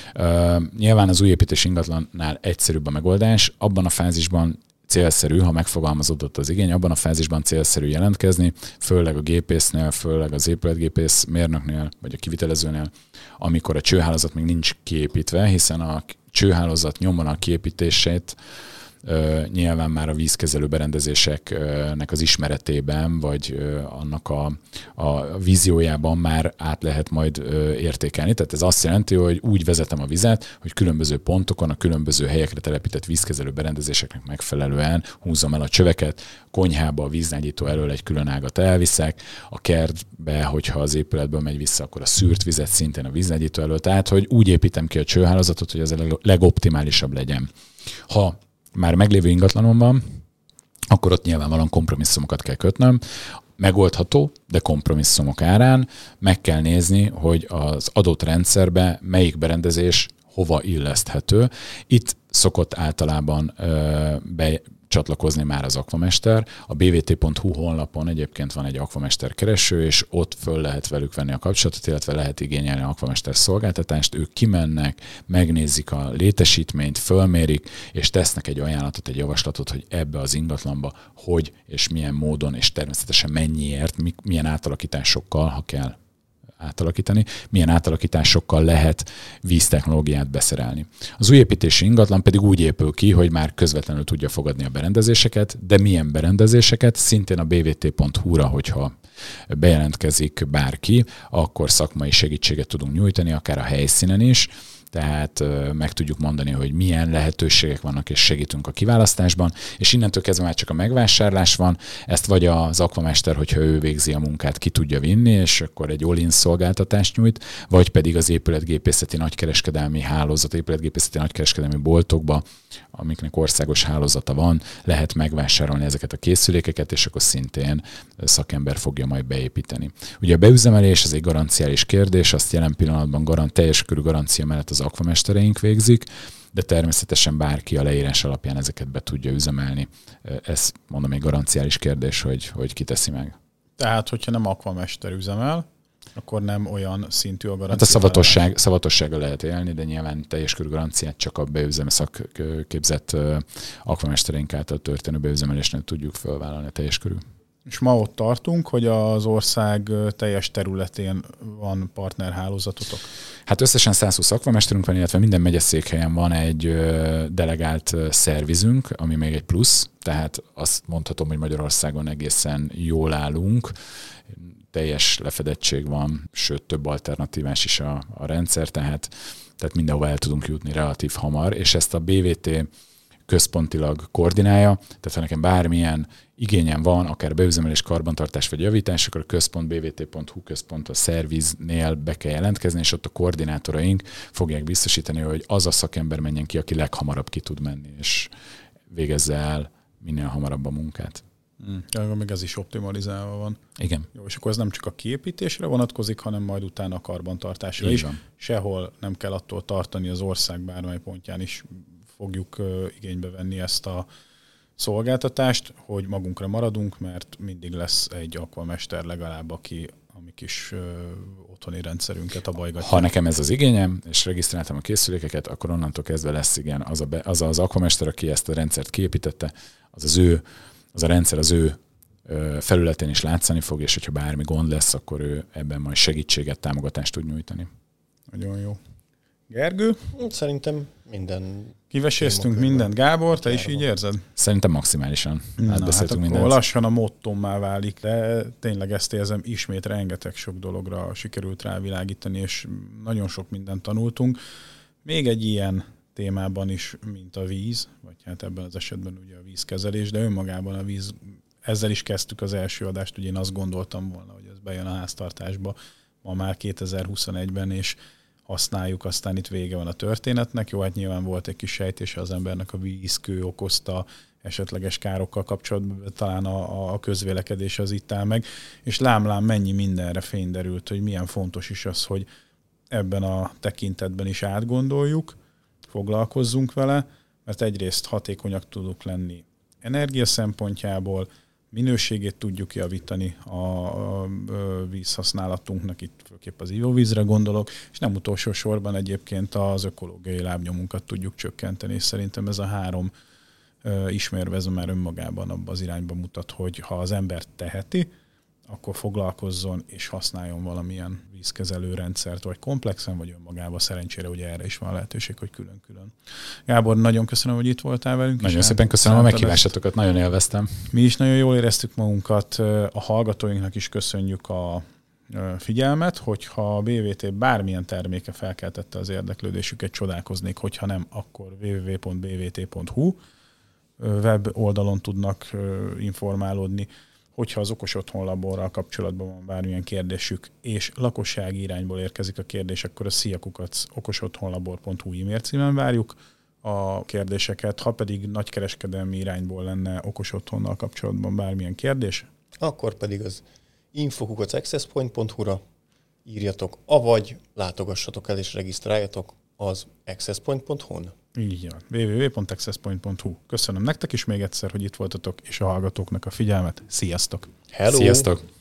S2: Ö, nyilván az új építésű ingatlannál egyszerűbb a megoldás. Abban a fázisban célszerű, ha megfogalmazódott az igény, abban a fázisban célszerű jelentkezni, főleg a gépésznél, főleg az épületgépész mérnöknél, vagy a kivitelezőnél, amikor a csőhálózat még nincs kiépítve, hiszen a csőhálózat nyomvonal kiépítését Uh, nyilván már a vízkezelő berendezéseknek az ismeretében, vagy uh, annak a, a víziójában már át lehet majd uh, értékelni. Tehát ez azt jelenti, hogy úgy vezetem a vizet, hogy különböző pontokon, a különböző helyekre telepített vízkezelő berendezéseknek megfelelően húzom el a csöveket, konyhába a vízlágyító elől egy külön ágat elviszek, a kertbe, hogyha az épületből megy vissza, akkor a szűrt vizet szintén a vízlágyító elől. Tehát, hogy úgy építem ki a csőhálózatot, hogy ez a legoptimálisabb legyen. Ha már meglévő ingatlanom van, akkor ott nyilvánvalóan kompromisszumokat kell kötnöm. Megoldható, de kompromisszumok árán meg kell nézni, hogy az adott rendszerbe melyik berendezés hova illeszthető. Itt szokott általában ö, becsatlakozni már az Aquamester. A b v t pont h u honlapon egyébként van egy Aquamester kereső, és ott föl lehet velük venni a kapcsolatot, illetve lehet igényelni Aquamester szolgáltatást. Ők kimennek, megnézik a létesítményt, fölmérik, és tesznek egy ajánlatot, egy javaslatot, hogy ebbe az ingatlanba hogy és milyen módon, és természetesen mennyiért, milyen átalakításokkal, ha kell átalakítani, milyen átalakításokkal lehet víztechnológiát beszerelni. Az új építési ingatlan pedig úgy épül ki, hogy már közvetlenül tudja fogadni a berendezéseket, de milyen berendezéseket, szintén a b v t pont h u-ra, hogyha bejelentkezik bárki, akkor szakmai segítséget tudunk nyújtani, akár a helyszínen is, tehát meg tudjuk mondani, hogy milyen lehetőségek vannak, és segítünk a kiválasztásban, és innentől kezdve már csak a megvásárlás van, ezt vagy az Aquamester, hogyha ő végzi a munkát, ki tudja vinni, és akkor egy all-in szolgáltatást nyújt, vagy pedig az épületgépészeti nagykereskedelmi hálózat, épületgépészeti nagykereskedelmi boltokba, amiknek országos hálózata van, lehet megvásárolni ezeket a készülékeket, és akkor szintén szakember fogja majd beépíteni. Ugye a beüzemelés, ez egy garanciális kérdés, azt jelen pillanatban garant, teljes körű garancia mellett az Aquamestereink végzik, de természetesen bárki a leírás alapján ezeket be tudja üzemelni. Ez, mondom, egy garanciális kérdés, hogy, hogy ki teszi meg.
S1: Tehát, hogyha nem Aquamester üzemel, akkor nem olyan szintű a garancia.
S2: Hát a szavatosság, szavatossággal lehet élni, de nyilván teljes körű garanciát csak a beüzem szakképzett Aquamestereink által történő beüzemelésnél tudjuk felvállalni a teljes körű.
S1: És ma ott tartunk, hogy az ország teljes területén van partnerhálózatotok?
S2: Hát összesen száz húsz akvamesterünk van, illetve minden megyeszékhelyen van egy delegált szervizünk, ami még egy plusz, tehát azt mondhatom, hogy Magyarországon egészen jól állunk, teljes lefedettség van, sőt több alternatívás is a, a rendszer, tehát, tehát mindenhova el tudunk jutni relatív hamar, és ezt a bé vé té központilag koordinálja, tehát ha nekem bármilyen igényem van, akár beüzemelés, karbantartás vagy javítás, akkor a központ b v t pont h u központ a szerviznél be kell jelentkezni, és ott a koordinátoraink fogják biztosítani, hogy az a szakember menjen ki, aki leghamarabb ki tud menni, és végezze el minél hamarabb a munkát.
S1: Mm. Még ez is optimalizálva van.
S2: Igen.
S1: Jó, és akkor ez nem csak a kiépítésre vonatkozik, hanem majd utána a karbantartásra
S2: Így
S1: is.
S2: van.
S1: Sehol nem kell attól tartani, az ország bármely pontján is fogjuk uh, igénybe venni ezt a szolgáltatást, hogy magunkra maradunk, mert mindig lesz egy akvamester legalább, aki a mi kis uh, otthoni rendszerünket abajgatja.
S2: Ha nekem ez az igényem, és regisztráltam a készülékeket, akkor onnantól kezdve lesz igen az a be, az, az akvamester, aki ezt a rendszert kiépítette, az az ő, az a rendszer az ő ö, felületén is látszani fog, és hogyha bármi gond lesz, akkor ő ebben majd segítséget, támogatást tud nyújtani.
S1: Nagyon jó. Gergő?
S3: Szerintem minden...
S1: Kiveséztünk mindent. Gábor, te is így érzed?
S2: Szerintem maximálisan.
S1: Na,
S2: Átbeszéltünk
S1: hát
S2: mindent.
S1: lassan a mottommá válik, de tényleg ezt érzem, ismét rengeteg sok dologra sikerült rávilágítani, és nagyon sok mindent tanultunk. Még egy ilyen témában is, mint a víz, vagy hát ebben az esetben ugye a vízkezelés, de önmagában a víz, ezzel is kezdtük az első adást, ugye én azt gondoltam volna, hogy ez bejön a háztartásba ma már kétezer-huszonegyben, és használjuk, aztán itt vége van a történetnek. Jó, hát nyilván volt egy kis sejtése az embernek a vízkő okozta esetleges károkkal kapcsolatban, talán a, a közvélekedés az itt áll meg, és lám-lám mennyi mindenre fény derült, hogy milyen fontos is az, hogy ebben a tekintetben is átgondoljuk, foglalkozzunk vele, mert egyrészt hatékonyak tudunk lenni energia szempontjából, minőségét tudjuk javítani a, a, a vízhasználatunknak, itt főképp az ivóvízre gondolok, és nem utolsó sorban egyébként az ökológiai lábnyomunkat tudjuk csökkenteni, és szerintem ez a három uh, ismérve már önmagában abban az irányba mutat, hogy ha az ember teheti, akkor foglalkozzon és használjon valamilyen vízkezelő rendszert, vagy komplexen, vagy önmagában. Szerencsére ugye erre is van lehetőség, hogy külön-külön. Gábor, nagyon köszönöm, hogy itt voltál velünk.
S2: Nagyon szépen köszönöm a meghívásatokat, nagyon élveztem.
S1: Mi is nagyon jól éreztük magunkat, a hallgatóinknak is köszönjük a figyelmet, hogyha a bé vé té bármilyen terméke felkeltette az érdeklődésüket, csodálkoznék, hogyha nem, akkor double-u double-u double-u pont b v t pont h u web oldalon tudnak informálódni. Hogyha az Okos Otthon Laborral kapcsolatban van bármilyen kérdésük, és lakossági irányból érkezik a kérdés, akkor a sziakukat okosotthonlabor pont h u e-mail címen várjuk a kérdéseket. Ha pedig nagykereskedelmi irányból lenne Okos Otthonnal kapcsolatban bármilyen kérdés,
S3: akkor pedig az info kukac accesspoint pont hu ra írjatok, avagy látogassatok el és regisztráljatok az accesspoint pont hu-n.
S1: Így van. double-u double-u double-u pont accesspoint pont h u. Köszönöm nektek is még egyszer, hogy itt voltatok, és a hallgatóknak a figyelmet. Sziasztok!
S3: Hello!
S2: Sziasztok!